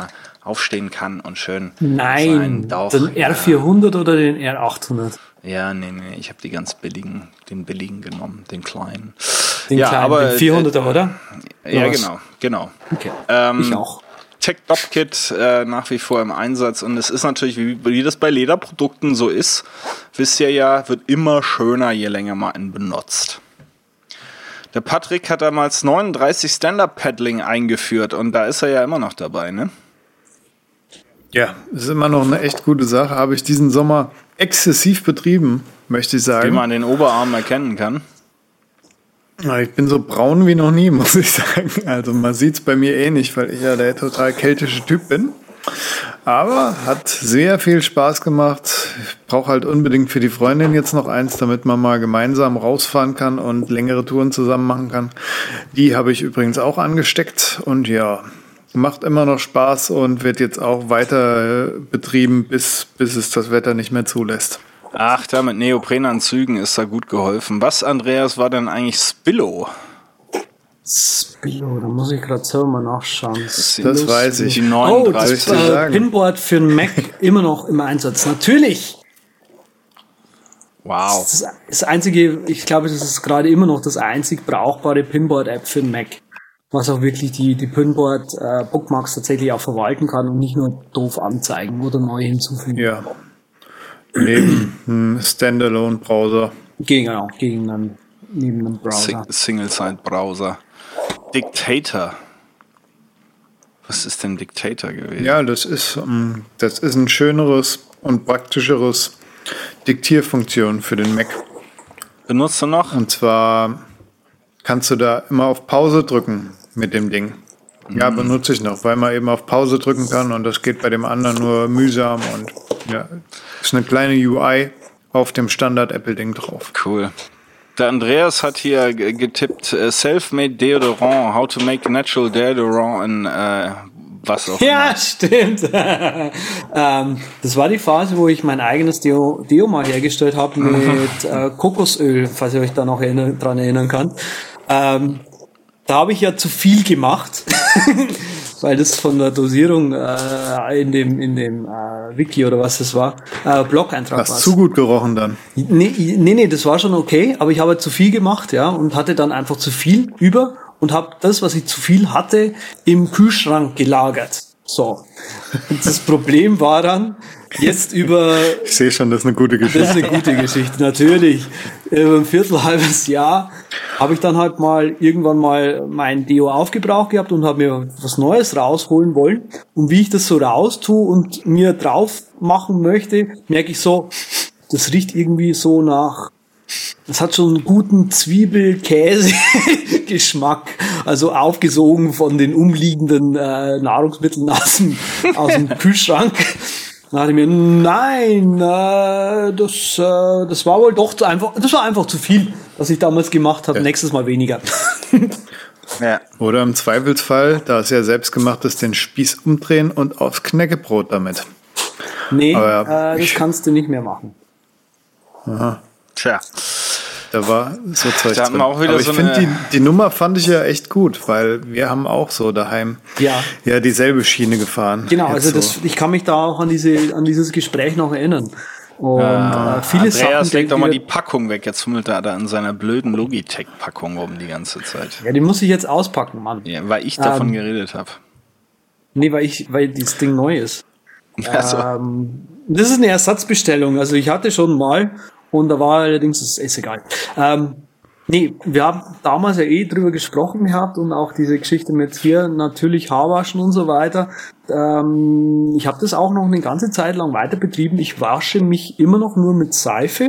aufstehen kann und schön Nein, Doch, den R400 oder den R800? Ja, nee, ich habe den billigen genommen, den kleinen. Den kleinen, aber den 400er, oder? Ja, genau. Okay, ich auch. Tech-Dopp-Kit nach wie vor im Einsatz und es ist natürlich, wie das bei Lederprodukten so ist, wisst ihr ja, wird immer schöner, je länger man ihn benutzt. Der Patrick hat damals 39 Stand-Up-Paddling eingeführt und da ist er ja immer noch dabei, ne? Ja, ist immer noch eine echt gute Sache. Habe ich diesen Sommer exzessiv betrieben, möchte ich sagen. Wie man den Oberarm erkennen kann. Ich bin so braun wie noch nie, muss ich sagen. Also man sieht es bei mir eh nicht, weil ich ja der total keltische Typ bin. Aber hat sehr viel Spaß gemacht. Ich brauche halt unbedingt für die Freundin jetzt noch eins, damit man mal gemeinsam rausfahren kann und längere Touren zusammen machen kann. Die habe ich übrigens auch angesteckt und ja, macht immer noch Spaß und wird jetzt auch weiter betrieben, bis es das Wetter nicht mehr zulässt. Ach, da mit Neoprenanzügen ist da gut geholfen. Was, Andreas, war denn eigentlich Spillo? Spillo, da muss ich gerade selber mal nachschauen. Das weiß ich. Die 39. Das Pinboard für den Mac immer noch im Einsatz. Natürlich! Wow. Das einzige, ich glaube, das ist gerade immer noch das einzig brauchbare Pinboard-App für den Mac. Was auch wirklich die Pinboard-Bookmarks tatsächlich auch verwalten kann und nicht nur doof anzeigen oder neu hinzufügen. Ja. Neben einem Standalone-Browser. Neben einem Browser. Single-Site-Browser. Dictator. Was ist denn Dictator gewesen? Ja, das ist ein schöneres und praktischeres Diktierfunktion für den Mac. Benutzt du noch? Und zwar kannst du da immer auf Pause drücken mit dem Ding. Ja, benutze ich noch, weil man eben auf Pause drücken kann und das geht bei dem anderen nur mühsam und ja, ist eine kleine UI auf dem Standard-Apple-Ding drauf. Cool. Der Andreas hat hier getippt, Self-Made Deodorant, how to make natural Deodorant in was auch immer. Ja, stimmt. Das war die Phase, wo ich mein eigenes Deo mal hergestellt habe mit Kokosöl, falls ihr euch da noch dran erinnern könnt. Da habe ich ja zu viel gemacht, weil das von der Dosierung in dem Wiki oder was das war, Blog-Eintrag war. Hast zu gut gerochen dann? Nee, das war schon okay, aber ich habe zu viel gemacht, ja, und hatte dann einfach zu viel über und habe das, was ich zu viel hatte, im Kühlschrank gelagert. So. Und das Problem war dann, jetzt ich sehe schon, das ist eine gute Geschichte. Das ist eine gute Geschichte, natürlich. Über ein halbes Jahr habe ich dann halt irgendwann mal mein Deo aufgebraucht gehabt und habe mir was Neues rausholen wollen. Und wie ich das so raustue und mir drauf machen möchte, merke ich so, das riecht irgendwie so nach, das hat schon einen guten Zwiebel-Käse-Geschmack, also aufgesogen von den umliegenden Nahrungsmitteln aus dem Kühlschrank. Dann dachte ich mir, nein, das war wohl doch das war einfach zu viel, was ich damals gemacht habe. Ja. Nächstes Mal weniger. Ja. Oder im Zweifelsfall, da es ja selbstgemacht ist, den Spieß umdrehen und aufs Knäckebrot damit. Nee, das kannst du nicht mehr machen. Aha. Tja. Da war so Zeug drin. Auch wieder aber ich finde, die Nummer fand ich ja echt gut, weil wir haben auch so daheim ja dieselbe Schiene gefahren. Genau, also ich kann mich da auch an dieses Gespräch noch erinnern. Und viele Andreas, Sachen, leg doch mal die Packung weg. Jetzt fummelt er da an seiner blöden Logitech-Packung rum die ganze Zeit. Ja, die muss ich jetzt auspacken, Mann. Ja, weil ich davon geredet habe. Nee, weil dieses Ding neu ist. Also. Das ist eine Ersatzbestellung. Also ich hatte schon mal und da war allerdings, das ist egal. Wir haben damals ja drüber gesprochen gehabt und auch diese Geschichte mit hier natürlich Haarwaschen und so weiter. Ich habe das auch noch eine ganze Zeit lang weiter betrieben. Ich wasche mich immer noch nur mit Seife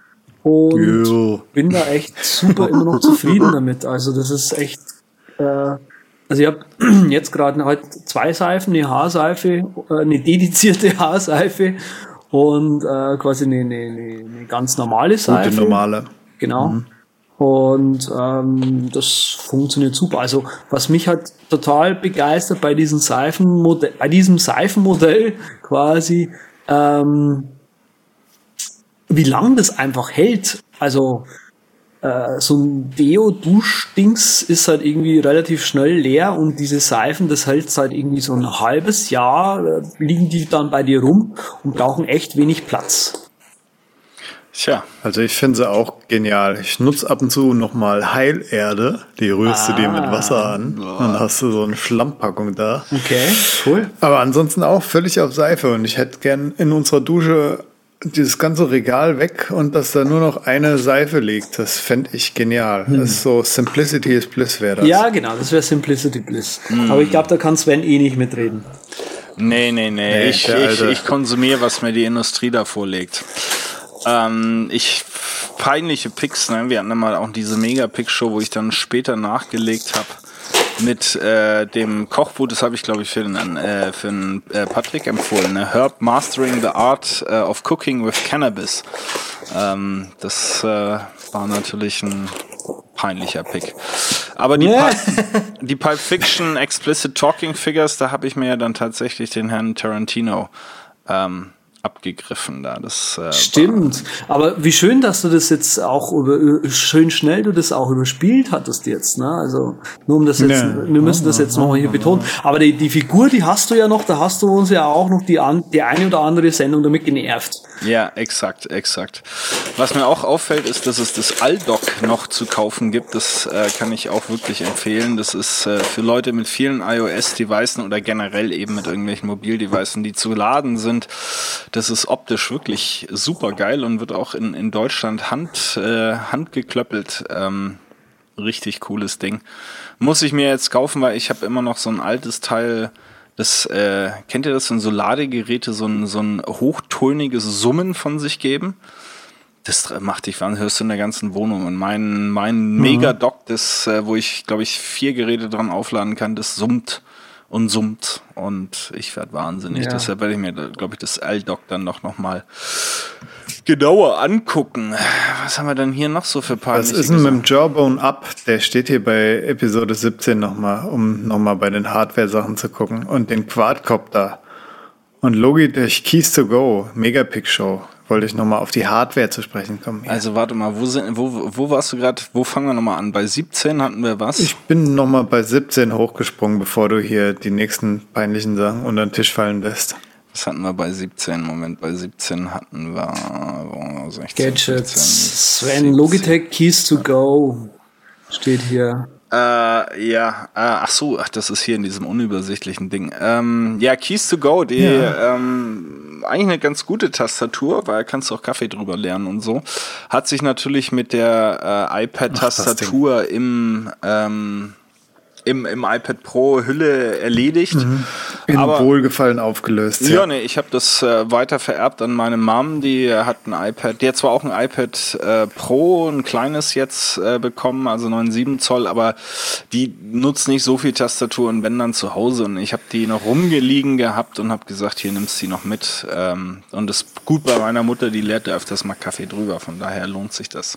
und bin da echt super immer noch zufrieden damit. Also das ist echt, also ich habe jetzt gerade halt 2 Seifen, eine Haarseife, eine dedizierte Haarseife und quasi eine ganz normale Seife. Gute normale. Genau. Mhm. Und das funktioniert super. Also was mich halt total begeistert bei diesem Seifenmodell quasi, wie lang das einfach hält. Also so ein Deo-Duschdings ist halt irgendwie relativ schnell leer und diese Seifen, das hält halt irgendwie so ein halbes Jahr, liegen die dann bei dir rum und brauchen echt wenig Platz. Tja. Also ich finde sie auch genial. Ich nutze ab und zu nochmal Heilerde. Die rührst du dir mit Wasser an. Dann hast du so eine Schlammpackung da. Okay, cool. Aber ansonsten auch völlig auf Seife. Und ich hätte gern in unserer Dusche dieses ganze Regal weg und dass da nur noch eine Seife liegt. Das fände ich genial. Das ist so Simplicity is Bliss wäre das. Ja, genau, das wäre Simplicity Bliss. Aber ich glaube, da kann Sven nicht mitreden. Nee. Ich konsumiere, was mir die Industrie da vorlegt. Peinliche Picks, ne? Wir hatten dann mal auch diese Mega-Pick-Show, wo ich dann später nachgelegt habe mit dem Kochbuch, das habe ich glaube ich für den Patrick empfohlen, ne? Herb Mastering the Art of Cooking with Cannabis. Das war natürlich ein peinlicher Pick. Aber die Pulp Fiction Explicit Talking Figures, da habe ich mir ja dann tatsächlich den Herrn Tarantino abgegriffen da. Das stimmt. Aber wie schön, dass du das jetzt auch schön schnell du das auch überspielt hattest jetzt, ne? Also nur um das jetzt, wir müssen das jetzt nochmal hier betonen. Aber die Figur, die hast du ja noch, da hast du uns ja auch noch die eine oder andere Sendung damit genervt. Ja, exakt. Was mir auch auffällt, ist, dass es das Aldoc noch zu kaufen gibt. Das kann ich auch wirklich empfehlen. Das ist für Leute mit vielen iOS-Devices oder generell eben mit irgendwelchen Mobildevices, die zu laden sind. Das ist optisch wirklich super geil und wird auch in Deutschland handgeklöppelt. Richtig cooles Ding. Muss ich mir jetzt kaufen, weil ich habe immer noch so ein altes Teil. Das kennt ihr das, wenn so Ladegeräte so ein hochtoniges Summen von sich geben? Das macht dich wahnsinnig, hörst du in der ganzen Wohnung. Und mein Mega-Dock, das, wo ich, glaube ich, 4 Geräte dran aufladen kann, das summt und ich werde wahnsinnig. Ja. Deshalb werde ich mir, glaube ich, das Aldoc dann noch mal genauer angucken. Was haben wir denn hier noch so für peinliche Was ist denn mit dem Jawbone Up? Der steht hier bei Episode 17 nochmal, um nochmal bei den Hardware-Sachen zu gucken. Und den Quadcopter. Und Logitech Keys to Go, Megapick Show. Wollte ich nochmal auf die Hardware zu sprechen kommen. Hier. Also warte mal, wo warst du gerade? Wo fangen wir nochmal an? Bei 17 hatten wir was? Ich bin nochmal bei 17 hochgesprungen, bevor du hier die nächsten peinlichen Sachen unter den Tisch fallen lässt. Was hatten wir bei 17? Moment, bei 17 hatten wir 16, Gadgets. 17, Sven, Logitech Keys to Go steht hier. Das ist hier in diesem unübersichtlichen Ding. Keys to Go, eigentlich eine ganz gute Tastatur, weil kannst du auch Kaffee drüber lernen und so. Hat sich natürlich mit der iPad-Tastatur im iPad Pro Hülle erledigt. In Wohlgefallen aufgelöst. Ja, nee, ich habe das weiter vererbt an meine Mom, die hat ein iPad, die hat zwar auch ein iPad Pro, ein kleines jetzt bekommen, also 9,7 Zoll, aber die nutzt nicht so viel Tastatur und wenn dann zu Hause und ich habe die noch rumgeliegen gehabt und habe gesagt, hier nimmst du die noch mit und das ist gut bei meiner Mutter, die leert öfters mal Kaffee drüber, von daher lohnt sich das.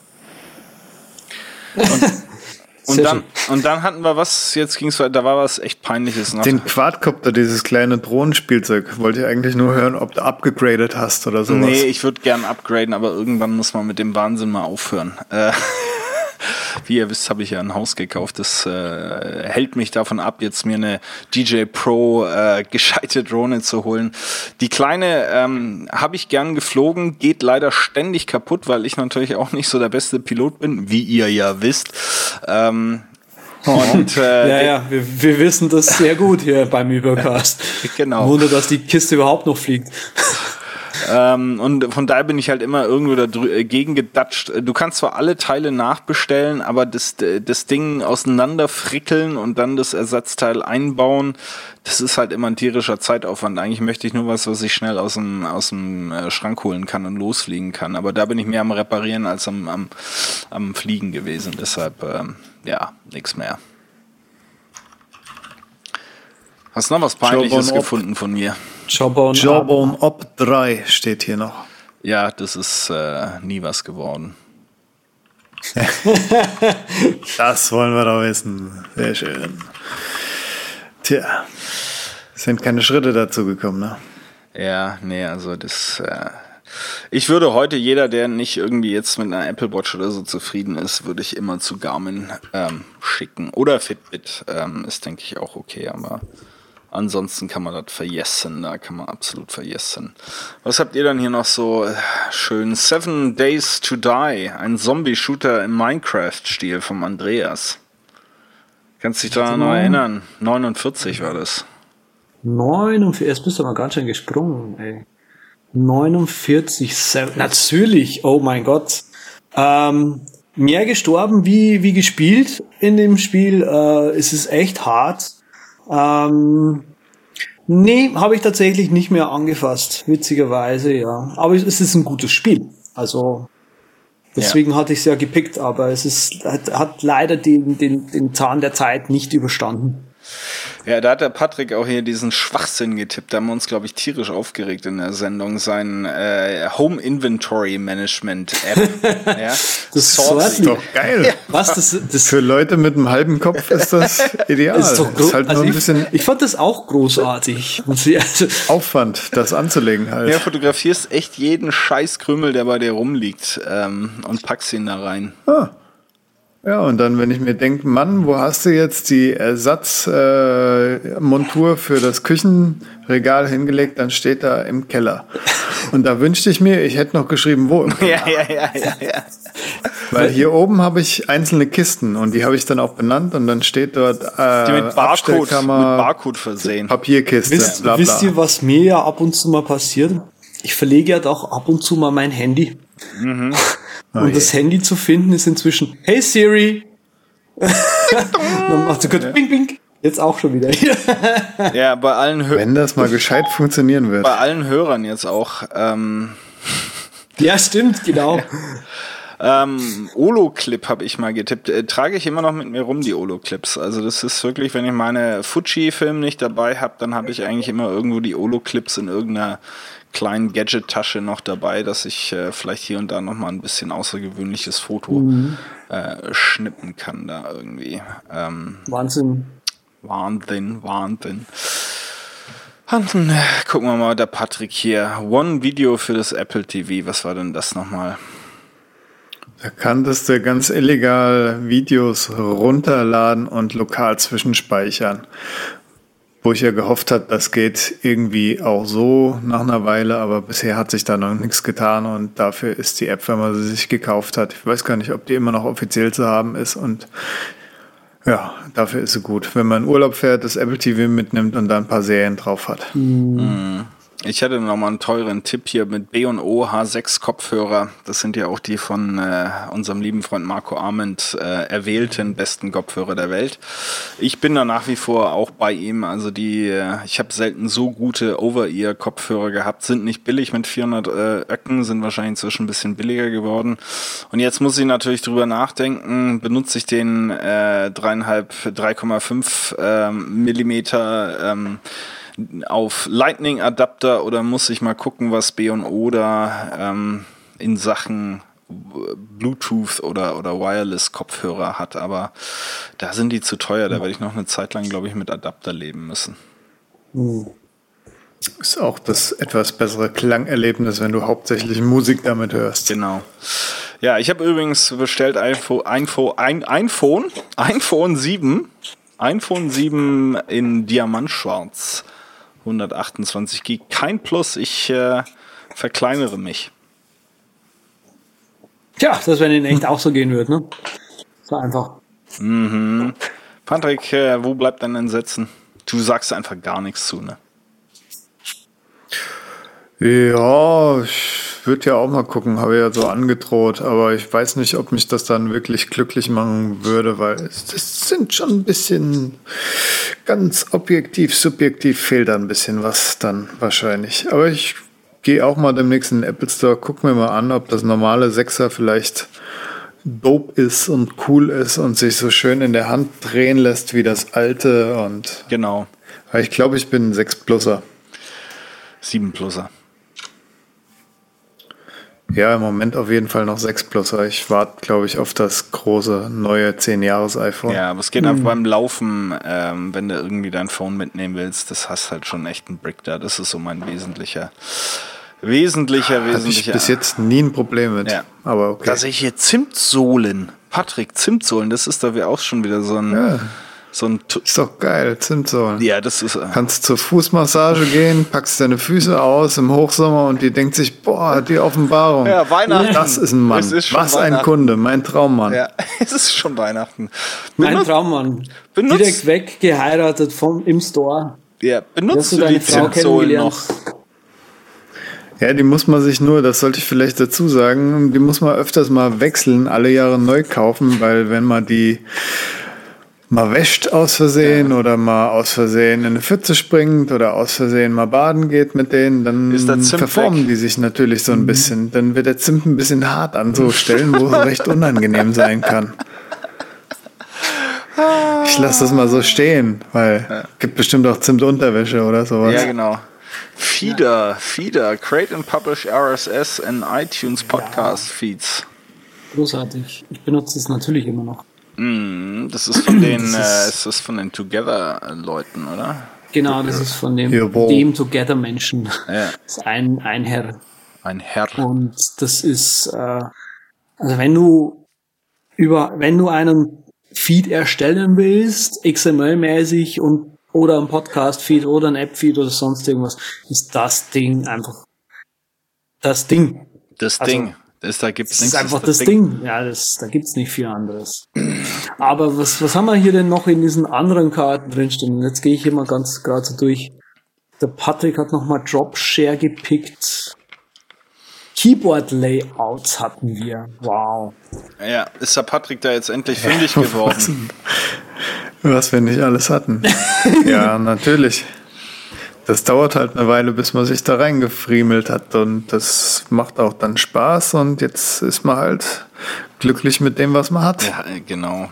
Und dann hatten wir was, jetzt ging's weiter, da war was echt Peinliches noch. Den Quadcopter, dieses kleine Drohnenspielzeug, wollte ich eigentlich nur hören, ob du upgegradet hast oder sowas. Nee, ich würde gern upgraden, aber irgendwann muss man mit dem Wahnsinn mal aufhören. Wie ihr wisst, habe ich ja ein Haus gekauft. Das hält mich davon ab, jetzt mir eine DJ Pro gescheite Drohne zu holen. Die kleine habe ich gern geflogen, geht leider ständig kaputt, weil ich natürlich auch nicht so der beste Pilot bin, wie ihr ja wisst. Wir wissen das sehr gut hier beim Übercast. Genau. Wunder, dass die Kiste überhaupt noch fliegt. Und von daher bin ich halt immer irgendwo dagegen gedatscht. Du kannst zwar alle Teile nachbestellen, aber das Ding auseinanderfrickeln und dann das Ersatzteil einbauen, das ist halt immer ein tierischer Zeitaufwand. Eigentlich möchte ich nur was ich schnell aus dem Schrank holen kann und losfliegen kann. Aber da bin ich mehr am Reparieren als am Fliegen gewesen. Deshalb, nichts mehr. Hast du noch was Peinliches gefunden von mir? Jawbone Up 3 steht hier noch. Ja, das ist nie was geworden. Das wollen wir doch wissen. Sehr schön. Tja, sind keine Schritte dazu gekommen, ne? Ja, nee, also das Ich würde heute jeder, der nicht irgendwie jetzt mit einer Apple Watch oder so zufrieden ist, würde ich immer zu Garmin schicken. Oder Fitbit ist, denke ich, auch okay, aber ansonsten kann man das vergessen, da kann man absolut vergessen. Was habt ihr dann hier noch so schön? 7 Days to Die, ein Zombie-Shooter im Minecraft-Stil vom Andreas. Kannst dich daran noch erinnern? 49 war das. 49, erst bist du mal ganz schön gesprungen, ey. 49, 7, natürlich, oh mein Gott. Mehr gestorben wie gespielt in dem Spiel. Es ist echt hart. Nee, habe ich tatsächlich nicht mehr angefasst, witzigerweise, ja. Aber es ist ein gutes Spiel. Also deswegen hatte ich es ja gepickt, aber es ist hat leider den Zahn der Zeit nicht überstanden. Ja, da hat der Patrick auch hier diesen Schwachsinn getippt. Da haben wir uns, glaube ich, tierisch aufgeregt in der Sendung. Sein Home Inventory Management App. Ja? Das ist doch geil. Ja. Was, das für Leute mit einem halben Kopf ist das ideal. Ist doch ist halt also nur ein bisschen ich fand das auch großartig. Aufwand, das anzulegen halt. Ja, fotografierst echt jeden Scheißkrümel, der bei dir rumliegt und packst ihn da rein. Ah. Ja, und dann, wenn ich mir denke, Mann, wo hast du jetzt die Ersatzmontur für das Küchenregal hingelegt, dann steht da im Keller. Und da wünschte ich mir, ich hätte noch geschrieben, wo im Keller. Ja. Weil hier oben habe ich einzelne Kisten und die habe ich dann auch benannt und dann steht dort die mit Barcode versehen. Papierkiste, bla bla. Wisst ihr, was mir ja ab und zu mal passiert? Ich verlege ja doch ab und zu mal mein Handy. Mhm. Und das Handy zu finden ist inzwischen, hey Siri. Dann macht sie kurz bing bing. Jetzt auch schon wieder. Ja, bei allen wenn das mal gescheit funktionieren wird. Bei allen Hörern jetzt auch. Ja, stimmt, genau. Olo-Clip habe ich mal getippt. Trage ich immer noch mit mir rum, die Olo-Clips. Also das ist wirklich, wenn ich meine Fuji-Film nicht dabei habe, dann habe ich eigentlich immer irgendwo die Olo-Clips in irgendeiner kleinen Gadget-Tasche noch dabei, dass ich vielleicht hier und da noch mal ein bisschen außergewöhnliches Foto schnippen kann da irgendwie. Wahnsinn. Und dann gucken wir mal, der Patrick hier. One Video für das Apple TV. Was war denn das nochmal? Da kanntest du ganz illegal Videos runterladen und lokal zwischenspeichern. Wo ich ja gehofft habe, das geht irgendwie auch so nach einer Weile, aber bisher hat sich da noch nichts getan und dafür ist die App, wenn man sie sich gekauft hat, ich weiß gar nicht, ob die immer noch offiziell zu haben ist und ja, dafür ist sie gut. Wenn man in Urlaub fährt, das Apple TV mitnimmt und da ein paar Serien drauf hat. Ich hätte noch mal einen teuren Tipp hier mit B&O H6 Kopfhörer. Das sind ja auch die von unserem lieben Freund Marco Arment erwählten besten Kopfhörer der Welt. Ich bin da nach wie vor auch bei ihm. Also ich habe selten so gute Over-Ear-Kopfhörer gehabt. Sind nicht billig mit 400 Öcken, sind wahrscheinlich inzwischen ein bisschen billiger geworden. Und jetzt muss ich natürlich drüber nachdenken, benutze ich den 3,5 Millimeter auf Lightning-Adapter oder muss ich mal gucken, was B&O da in Sachen Bluetooth oder Wireless-Kopfhörer hat, aber da sind die zu teuer, da werde ich noch eine Zeit lang, glaube ich, mit Adapter leben müssen. Ist auch das etwas bessere Klangerlebnis, wenn du hauptsächlich Musik damit hörst. Genau. Ja, ich habe übrigens bestellt iPhone 7 in Diamantschwarz. 128 GB, kein Plus, ich verkleinere mich. Tja, das wenn Ihnen echt auch so gehen wird, ne? So einfach. Patrick, wo bleibt dein Entsetzen? Du sagst einfach gar nichts zu, ne? Ja, ich würde ja auch mal gucken, habe ja so angedroht, aber ich weiß nicht, ob mich das dann wirklich glücklich machen würde, weil das sind schon ein bisschen ganz objektiv, subjektiv fehlt da ein bisschen was dann wahrscheinlich. Aber ich gehe auch mal demnächst in den Apple Store, guck mir mal an, ob das normale 6er vielleicht dope ist und cool ist und sich so schön in der Hand drehen lässt wie das alte und genau. Weil ich glaube, ich bin ein 6-Pluser. 7-Pluser. Ja, im Moment auf jeden Fall noch 6-Pluser. Ich warte, glaube ich, auf das große neue 10-Jahres-iPhone. Ja, aber es geht einfach beim Laufen, wenn du irgendwie dein Phone mitnehmen willst, das hast halt schon echt einen Brick da. Das ist so mein wesentlicher Wesentlicher. Hatte ich bis jetzt nie ein Problem mit. Ja. Aber okay. Da sehe ich hier Zimtsohlen. Patrick, Zimtsohlen, das ist da wie auch schon wieder so ein... Ja. So ein Ist doch geil, Zimtsohlen. ja, das ist... Kannst zur Fußmassage gehen, packst deine Füße aus im Hochsommer und die denkt sich, boah, die Offenbarung. Ja, Weihnachten. Das ist ein Mann. Es ist schon Was ein Weihnachten. Kunde, mein Traummann. Ja, es ist schon Weihnachten. Mein Traummann. benutzt- Direkt weg, geheiratet im Store. Ja, benutzt Hast du du deine die Frau Zimtsohlen kennengelernt? noch? Ja, die muss man sich nur, das sollte ich vielleicht dazu sagen, die muss man öfters mal wechseln, alle Jahre neu kaufen, weil wenn man die mal wäscht aus Versehen oder mal aus Versehen in eine Pfütze springt oder aus Versehen mal baden geht mit denen, dann Ist der Zimt verformen weg? die sich natürlich so ein bisschen. Dann wird der Zimt ein bisschen hart an so Stellen, wo es recht unangenehm sein kann. Ich lasse das mal so stehen, weil gibt bestimmt auch Zimtunterwäsche oder sowas. Ja, genau. Feeder, create and publish RSS and iTunes Podcast Feeds. Großartig. Ich benutze es natürlich immer noch. Das ist von den, ist das von den Together-Leuten, oder? Genau, das ist von Jawohl. dem Together-Menschen. Ja. Das ist ein Herr. Ein Herr. Und das ist, also wenn du einen Feed erstellen willst, XML-mäßig oder ein Podcast-Feed oder ein App-Feed oder sonst irgendwas, ist das Ding einfach das Ding. Das Also, Ding. Da gibt's Das nichts. ist einfach das Ding. Ja, da gibt's nicht viel anderes. Aber was haben wir hier denn noch in diesen anderen Karten drinstehen? Jetzt gehe ich hier mal ganz gerade so durch. Der Patrick hat nochmal Dropshare gepickt. Keyboard-Layouts hatten wir. Wow. Ja, ist der Patrick da jetzt endlich fündig geworden? Was wir nicht alles hatten. Ja, natürlich. Das dauert halt eine Weile, bis man sich da reingefriemelt hat und das macht auch dann Spaß und jetzt ist man halt glücklich mit dem, was man hat. Ja, genau.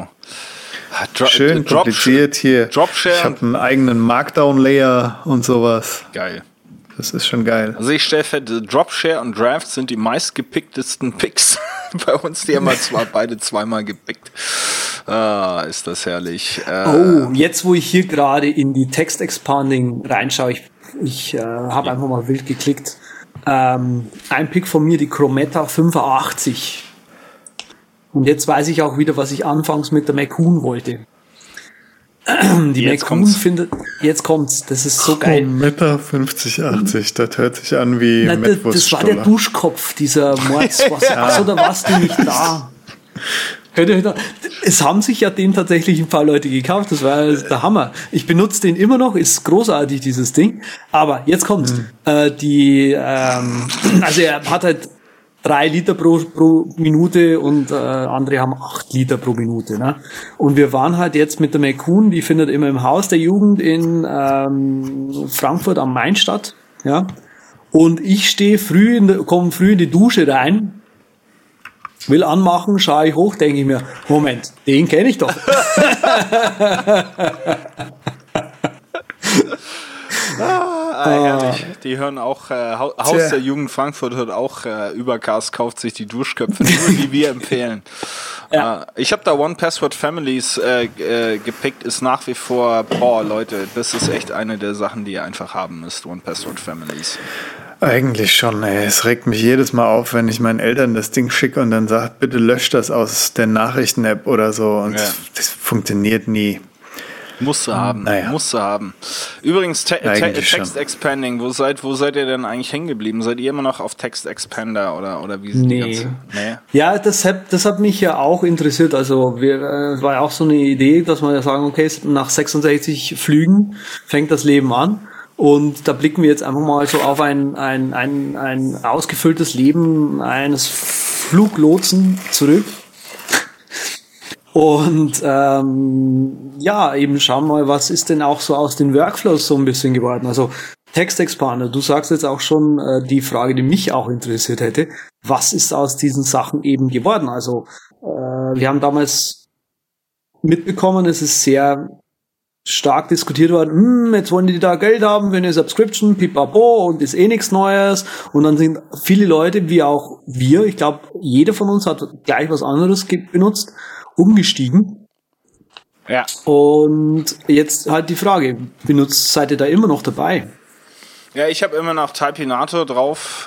Schön kompliziert hier. Dropshare. Ich habe einen eigenen Markdown-Layer und sowas. Geil. Das ist schon geil. Also ich stelle fest, Dropshare und Draft sind die meistgepicktesten Picks bei uns. Die haben wir zwar beide zweimal gepickt. Ist das herrlich. Jetzt wo ich hier gerade in die Text-Expanding reinschaue, ich habe einfach mal wild geklickt. Ein Pick von mir, die Chrometa 85. Und jetzt weiß ich auch wieder, was ich anfangs mit der Macoon wollte. Die Jetzt Macoon kommt's. findet, jetzt kommt's, das ist so geil. Meta 5080, das hört sich an wie Na, das war der Duschkopf, dieser Mords. Achso, da warst du nicht da. Es haben sich ja den tatsächlich ein paar Leute gekauft, das war der Hammer. Ich benutze den immer noch, ist großartig, dieses Ding. Aber jetzt kommt's. Also er hat halt 3 Liter pro Minute und andere haben 8 Liter pro Minute. Ne? Und wir waren halt jetzt mit der Macoon, die findet immer im Haus der Jugend in Frankfurt am Main statt. Ja? Und ich komme früh in die Dusche rein, will anmachen, schaue ich hoch, denke ich mir, Moment, den kenne ich doch. Herrlich. Die hören auch, Haus der Jugend Frankfurt hört auch, Übercast kauft sich die Duschköpfe, die wir empfehlen. Ja. Ich habe da One Password Families gepickt, ist nach wie vor, Leute, das ist echt eine der Sachen, die ihr einfach haben müsst, One Password Families. Eigentlich schon, ey. Es regt mich jedes Mal auf, wenn ich meinen Eltern das Ding schicke und dann sagt, bitte löscht das aus der Nachrichten-App oder so. Und das funktioniert nie. Musst du haben, musst du haben. Übrigens, Text Expanding, wo seid ihr denn eigentlich hängen geblieben? Seid ihr immer noch auf Text Expander oder wie sind die ganze? Nee. Ja, das hat mich ja auch interessiert. Also es war ja auch so eine Idee, dass wir ja sagen, okay, nach 66 Flügen fängt das Leben an. Und da blicken wir jetzt einfach mal so auf ein ausgefülltes Leben eines Fluglotsen zurück. Und eben schauen wir mal, was ist denn auch so aus den Workflows so ein bisschen geworden. Also Text Expander, du sagst jetzt auch schon die Frage, die mich auch interessiert hätte. Was ist aus diesen Sachen eben geworden? Also wir haben damals mitbekommen, es ist sehr stark diskutiert worden, jetzt wollen die da Geld haben für eine Subscription, pipapo, und ist eh nichts Neues. Und dann sind viele Leute, wie auch wir, ich glaube, jeder von uns hat gleich was anderes benutzt, umgestiegen. Ja. Und jetzt halt die Frage, seid ihr da immer noch dabei? Ja, ich habe immer noch Typinator drauf.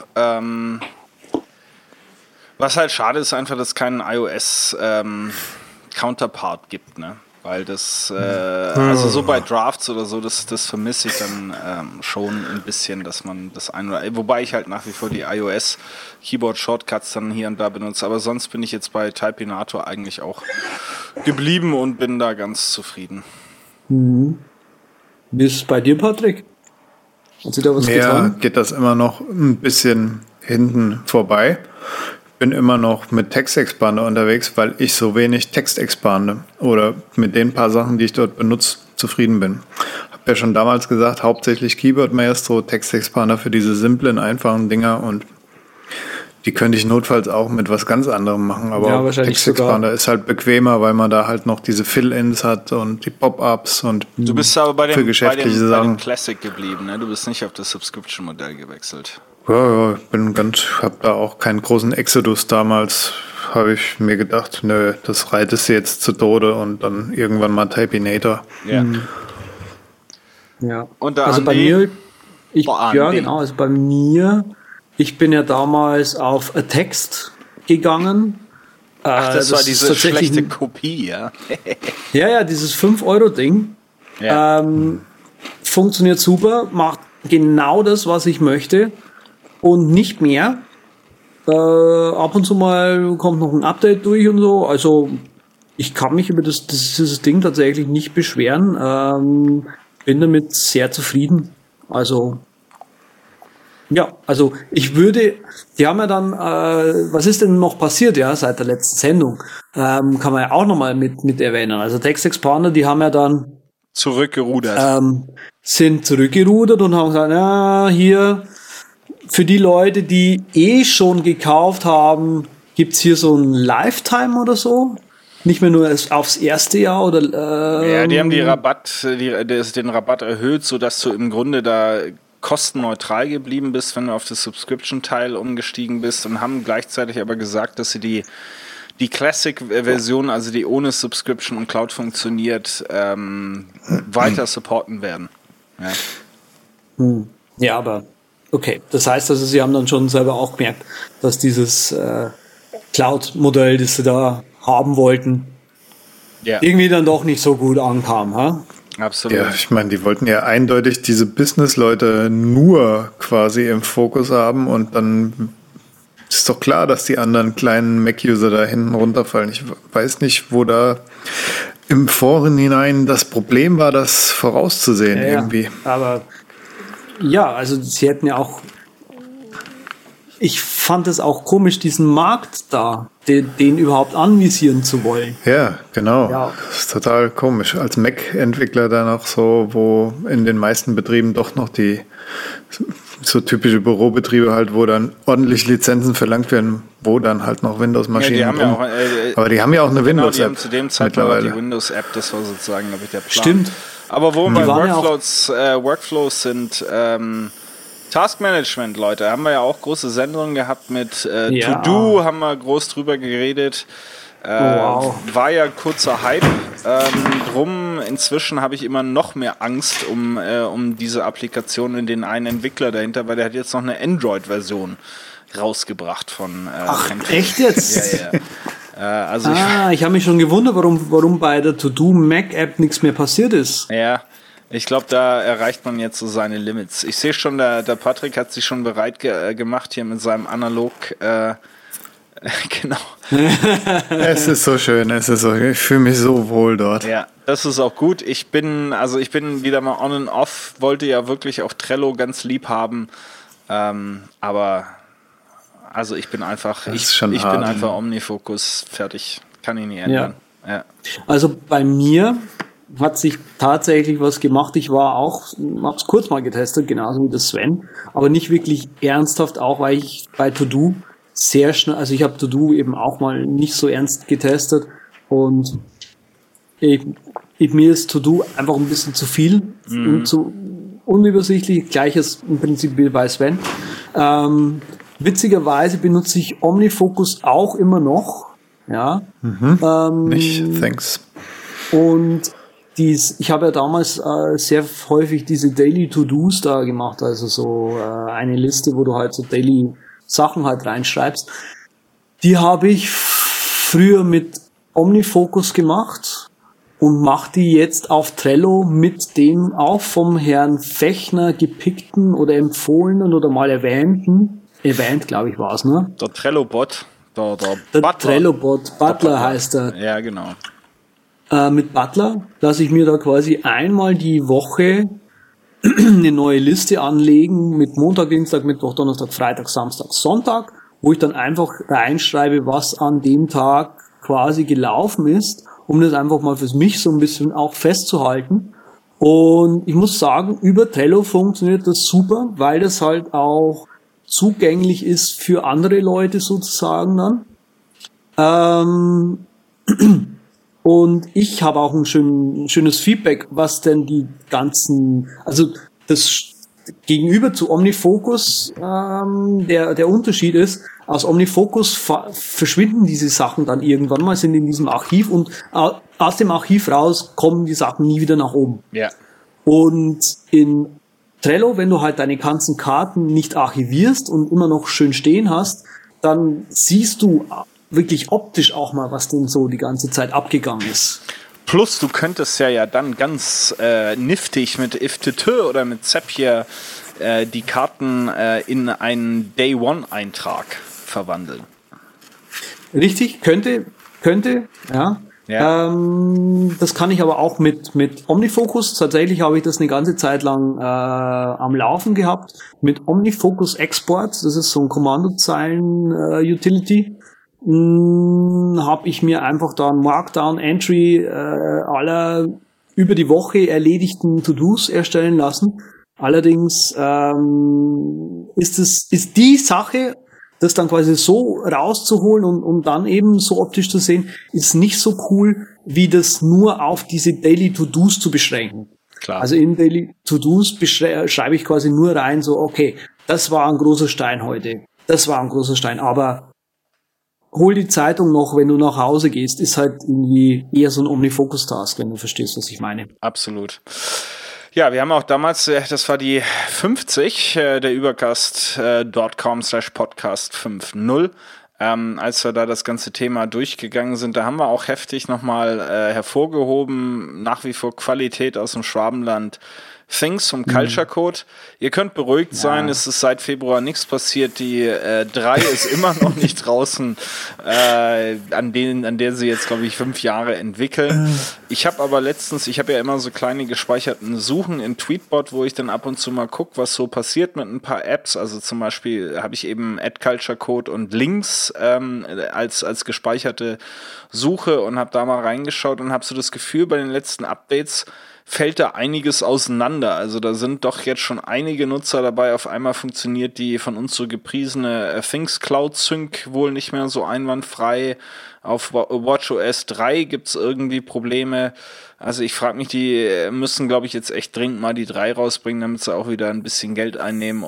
Was halt schade ist, einfach, dass es keinen iOS-Counterpart gibt, ne? Weil das, also so bei Drafts oder so, das vermisse ich dann schon ein bisschen, dass man das wobei ich halt nach wie vor die iOS-Keyboard-Shortcuts dann hier und da benutze. Aber sonst bin ich jetzt bei Typinator eigentlich auch geblieben und bin da ganz zufrieden. Mhm. Wie ist es bei dir, Patrick? Hat sich da was getan? Ja, geht das immer noch ein bisschen hinten vorbei. Bin immer noch mit Textexpander unterwegs, weil ich so wenig Text expande oder mit den paar Sachen, die ich dort benutze, zufrieden bin. Hab ja schon damals gesagt, hauptsächlich Keyboard Maestro, Textexpander für diese simplen, einfachen Dinger und die könnte ich notfalls auch mit was ganz anderem machen, aber ja, Textexpander ist halt bequemer, weil man da halt noch diese Fill-Ins hat und die Pop-Ups und du bist aber bei dem Classic geblieben, ne? Du bist nicht auf das Subscription-Modell gewechselt. Ja, hab da auch keinen großen Exodus damals. Habe ich mir gedacht, nö, das reitest du jetzt zu Tode und dann irgendwann mal Typinator. Ja. Ja. Und also bei mir, also bei mir, ich bin ja damals auf Text gegangen. Ach, das war diese schlechte Kopie, ja. ja, dieses 5-Euro-Ding. Ja. Funktioniert super, macht genau das, was ich möchte. Und nicht mehr. Ab und zu mal kommt noch ein Update durch und so. Also ich kann mich über dieses Ding tatsächlich nicht beschweren. Bin damit sehr zufrieden. Also ja, also die haben ja dann, was ist denn noch passiert, ja, seit der letzten Sendung? Kann man ja auch nochmal mit erwähnen. Also Textexpander, die haben ja dann zurückgerudert. Sind zurückgerudert und haben gesagt, ja, hier für die Leute, die schon gekauft haben, gibt's hier so ein Lifetime oder so? Nicht mehr nur aufs erste Jahr oder? Ja, die haben den Rabatt erhöht, sodass du im Grunde da kostenneutral geblieben bist, wenn du auf das Subscription-Teil umgestiegen bist, und haben gleichzeitig aber gesagt, dass sie die Classic-Version, also die ohne Subscription und Cloud funktioniert, weiter supporten werden. Ja, ja, aber okay, das heißt also, sie haben dann schon selber auch gemerkt, dass dieses Cloud-Modell, das sie da haben wollten, irgendwie dann doch nicht so gut ankam, ha? Absolut. Ja, ich meine, die wollten ja eindeutig diese Business-Leute nur quasi im Fokus haben und dann ist doch klar, dass die anderen kleinen Mac-User da hinten runterfallen. Ich weiß nicht, wo da im Vorhinein das Problem war, das vorauszusehen irgendwie. Aber ja, also sie hätten ja auch, ich fand es auch komisch, diesen Markt da, den überhaupt anvisieren zu wollen. Ja, genau. Ja. Das ist total komisch. Als Mac-Entwickler dann auch so, wo in den meisten Betrieben doch noch die so typische Bürobetriebe halt, wo dann ordentlich Lizenzen verlangt werden, wo dann halt noch Windows-Maschinen aber die haben ja auch eine Windows-App. Die haben zu dem Zeitpunkt die Windows-App, das war sozusagen, glaube ich, der Plan. Stimmt. Aber wo wir bei Workflows sind, Taskmanagement, Leute, haben wir ja auch große Sendungen gehabt mit To-Do, haben wir groß drüber geredet. War ja kurzer Hype drum. Inzwischen habe ich immer noch mehr Angst um diese Applikation und den einen Entwickler dahinter, weil der hat jetzt noch eine Android-Version rausgebracht von Ach, echt jetzt? Ja. Also ich habe mich schon gewundert, warum bei der To-Do Mac-App nichts mehr passiert ist. Ja, ich glaube, da erreicht man jetzt so seine Limits. Ich sehe schon, der Patrick hat sich schon bereit gemacht hier mit seinem Analog. Genau. Es ist so schön, ich fühle mich so wohl dort. Ja, das ist auch gut. Ich bin wieder mal on and off, wollte ja wirklich auch Trello ganz lieb haben, aber also ich bin einfach Omnifocus, fertig, kann ich nicht ändern. Ja. Also bei mir hat sich tatsächlich was gemacht. Ich hab's kurz mal getestet, genauso wie das Sven, aber nicht wirklich ernsthaft, auch weil ich bei To-Do sehr schnell, also ich habe To-Do eben auch mal nicht so ernst getestet und mir ist To-Do einfach ein bisschen zu viel und zu unübersichtlich, gleiches im Prinzip wie bei Sven. Witzigerweise benutze ich Omnifocus auch immer noch, ja. Nicht, thanks. Und ich habe ja damals sehr häufig diese Daily To-Dos da gemacht, also so eine Liste, wo du halt so Daily Sachen halt reinschreibst. Die habe ich früher mit OmniFocus gemacht und mache die jetzt auf Trello mit dem auch vom Herrn Fechner gepickten oder empfohlenen oder mal erwähnt, glaube ich, war es, ne? Der Trello-Bot. Der Butler. Trello-Bot, Butler heißt er. Ja, genau. Mit Butler lasse ich mir da quasi einmal die Woche eine neue Liste anlegen mit Montag, Dienstag, Mittwoch, Donnerstag, Freitag, Samstag, Sonntag, wo ich dann einfach reinschreibe, was an dem Tag quasi gelaufen ist, um das einfach mal für mich so ein bisschen auch festzuhalten. Und ich muss sagen, über Trello funktioniert das super, weil das halt auch zugänglich ist für andere Leute sozusagen dann. Und ich habe auch ein schönes Feedback, was denn die ganzen, also das gegenüber zu OmniFocus, der Unterschied ist, aus OmniFocus verschwinden diese Sachen dann irgendwann mal, sind in diesem Archiv und aus dem Archiv raus kommen die Sachen nie wieder nach oben. Ja. Und in Trello, wenn du halt deine ganzen Karten nicht archivierst und immer noch schön stehen hast, dann siehst du wirklich optisch auch mal, was denn so die ganze Zeit abgegangen ist. Plus, du könntest ja dann ganz niftig mit Iftetö oder mit Zapier die Karten in einen Day-One-Eintrag verwandeln. Richtig, könnte, ja. Ja. Das kann ich aber auch mit OmniFocus. Tatsächlich habe ich das eine ganze Zeit lang am Laufen gehabt. Mit OmniFocus Export, das ist so ein Kommandozeilen-Utility, habe ich mir einfach da ein Markdown-Entry aller über die Woche erledigten To-Dos erstellen lassen. Allerdings ist die Sache, das dann quasi so rauszuholen und dann eben so optisch zu sehen, ist nicht so cool, wie das nur auf diese Daily To-Dos zu beschränken. Klar. Also in Daily To-Dos schreibe ich quasi nur rein, so, okay, das war ein großer Stein heute. Das war ein großer Stein, aber hol die Zeitung noch, wenn du nach Hause gehst, ist halt irgendwie eher so ein Omnifocus-Task, wenn du verstehst, was ich meine. Absolut. Ja, wir haben auch damals, das war die 50, der Übercast.com/Podcast 5.0, als wir da das ganze Thema durchgegangen sind, da haben wir auch heftig nochmal hervorgehoben, nach wie vor Qualität aus dem Schwabenland, Things vom Culture Code. Ihr könnt beruhigt sein, es ist seit Februar nichts passiert. Die 3 ist immer noch nicht draußen, an der sie jetzt, glaube ich, 5 Jahre entwickeln. Ich habe aber ich habe ja immer so kleine gespeicherten Suchen in Tweetbot, wo ich dann ab und zu mal gucke, was so passiert mit ein paar Apps. Also zum Beispiel habe ich eben @culturecode und Links als gespeicherte Suche und habe da mal reingeschaut und habe so das Gefühl, bei den letzten Updates fällt da einiges auseinander. Also da sind doch jetzt schon einige Nutzer dabei. Auf einmal funktioniert die von uns so gepriesene Things Cloud Sync wohl nicht mehr so einwandfrei. Auf WatchOS 3 gibt's irgendwie Probleme. Also ich frage mich, die müssen, glaube ich, jetzt echt dringend mal die 3 rausbringen, damit sie auch wieder ein bisschen Geld einnehmen,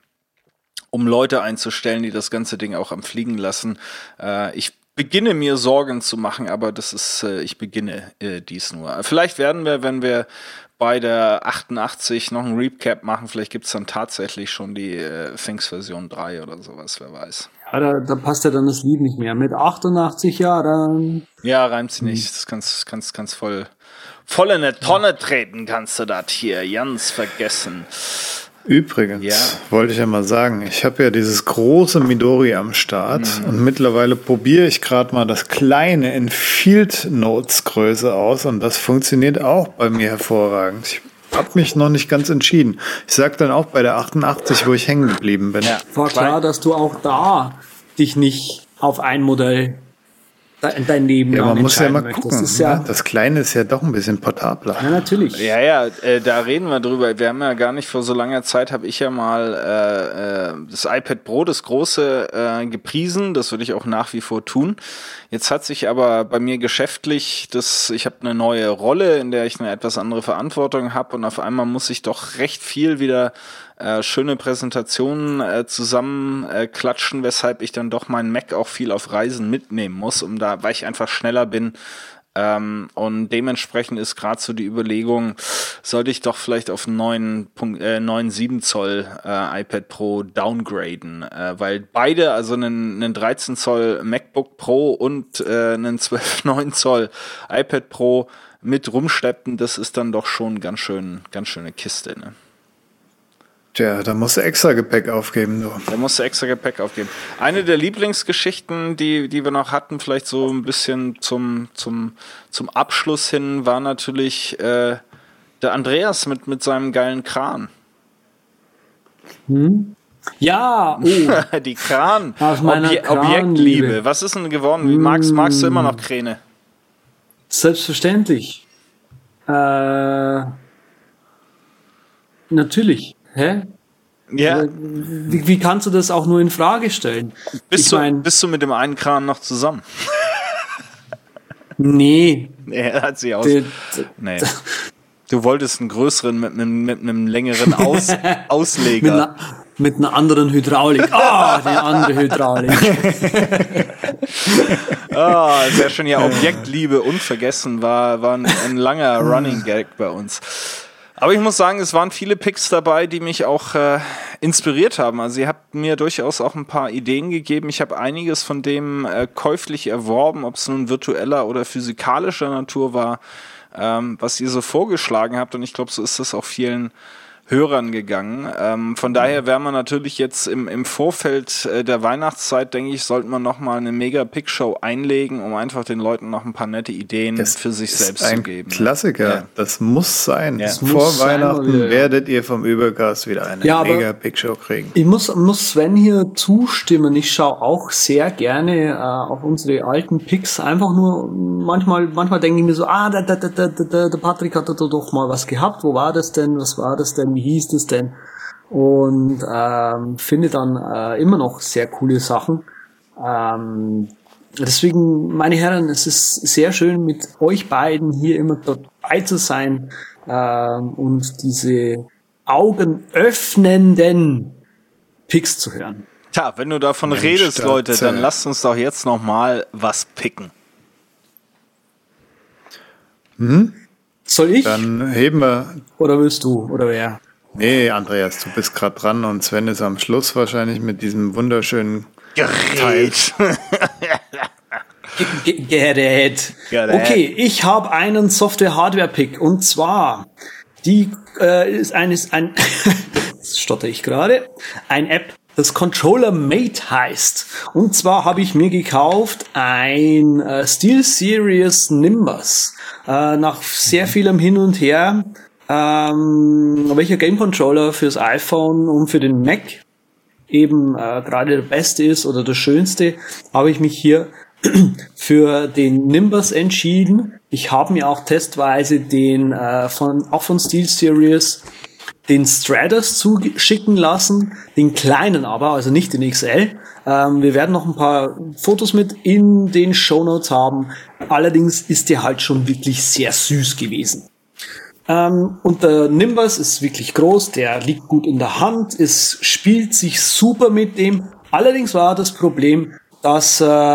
um Leute einzustellen, die das ganze Ding auch am Fliegen lassen. Ich beginne mir Sorgen zu machen, aber das ist, ich beginne dies nur. Vielleicht werden wir, wenn wir bei der 88 noch ein Recap machen, vielleicht gibt's dann tatsächlich schon die Things Version 3 oder sowas, wer weiß. Ja, da passt ja dann das Lied nicht mehr. Mit 88 Jahren. Ja, reimt sie nicht. Das kannst voll in eine Tonne treten, kannst du das hier ganz vergessen. Übrigens, wollte ich ja mal sagen, ich habe ja dieses große Midori am Start und mittlerweile probiere ich gerade mal das kleine in Field Notes Größe aus und das funktioniert auch bei mir hervorragend. Ich habe mich noch nicht ganz entschieden. Ich sag dann auch bei der 88, wo ich hängen geblieben bin. Ja, war klar, dass du auch da dich nicht auf ein Modell dein Leben ja, man muss ja mal möchtest. gucken. Das Kleine ist ja doch ein bisschen portabler. Ja, natürlich. Ja, da reden wir drüber. Wir haben ja gar nicht vor so langer Zeit, habe ich ja mal das iPad Pro, das große, gepriesen. Das würde ich auch nach wie vor tun. Jetzt hat sich aber bei mir geschäftlich, ich habe eine neue Rolle, in der ich eine etwas andere Verantwortung habe und auf einmal muss ich doch recht viel wieder schöne Präsentationen zusammenklatschen, weshalb ich dann doch meinen Mac auch viel auf Reisen mitnehmen muss, weil ich einfach schneller bin, Und dementsprechend ist gerade so die Überlegung, sollte ich doch vielleicht auf 9,7 Zoll iPad Pro downgraden, weil beide, also einen 13 Zoll MacBook Pro und einen 12,9 Zoll iPad Pro mit rumschleppen, das ist dann doch schon ganz schöne Kiste, ne? Tja, da musst du extra Gepäck aufgeben, du. Da musst du extra Gepäck aufgeben. Eine der Lieblingsgeschichten, die wir noch hatten, vielleicht so ein bisschen zum Abschluss hin, war natürlich der Andreas mit seinem geilen Kran. Ja, oh. Die Kran. Objektliebe. Was ist denn geworden? Magst du immer noch Kräne? Selbstverständlich. Natürlich. Hä? Ja. Wie kannst du das auch nur in Frage stellen? Bist du mit dem einen Kran noch zusammen? Nee. Er hat sie aus. Nee. Du wolltest einen größeren mit einem längeren Ausleger. Mit einer anderen Hydraulik. Die andere Hydraulik. Sehr schön. Ja, Objektliebe unvergessen war ein langer Running Gag bei uns. Aber ich muss sagen, es waren viele Picks dabei, die mich auch inspiriert haben. Also ihr habt mir durchaus auch ein paar Ideen gegeben. Ich habe einiges von dem käuflich erworben, ob es nun virtueller oder physikalischer Natur war, was ihr so vorgeschlagen habt. Und ich glaube, so ist das auch vielen Hörern gegangen. Von daher wäre man natürlich jetzt im Vorfeld der Weihnachtszeit, denke ich, sollte man nochmal eine Mega-Pick-Show einlegen, um einfach den Leuten noch ein paar nette Ideen für sich selbst zu geben. Klassiker, ja. Das muss sein. Ja. Vor Weihnachten werdet ihr vom Übercast wieder eine Mega-Pick-Show kriegen. Ich muss Sven hier zustimmen. Ich schaue auch sehr gerne auf unsere alten Picks. Einfach nur, manchmal denke ich mir so, der Patrick hat da doch mal was gehabt. Wo war das denn? Was war das denn? Wie hieß das denn? Und finde dann immer noch sehr coole Sachen. Deswegen, meine Herren, es ist sehr schön, mit euch beiden hier immer dabei zu sein und diese augenöffnenden Picks zu hören. Tja, wenn du davon redest, Leute, dann lasst uns doch jetzt noch mal was picken. Soll ich? Dann heben wir. Oder willst du? Oder wer? Nee, Andreas, du bist gerade dran und Sven ist am Schluss wahrscheinlich mit diesem wunderschönen Gerät. Gerät. Okay, ich habe einen Software-Hardware-Pick und zwar ist ein stotter ich gerade, ein App, das Controller Mate heißt. Und zwar habe ich mir gekauft ein SteelSeries Nimbus. Nach sehr vielem Hin und Her, welcher Game Controller fürs iPhone und für den Mac eben gerade der beste ist oder der schönste, habe ich mich hier für den Nimbus entschieden. Ich habe mir auch testweise den von SteelSeries den Stratus zuschicken lassen, den kleinen aber, also nicht den XL. Wir werden noch ein paar Fotos mit in den Shownotes haben. Allerdings ist der halt schon wirklich sehr süß gewesen. Und der Nimbus ist wirklich groß, der liegt gut in der Hand, es spielt sich super mit dem. Allerdings war das Problem, dass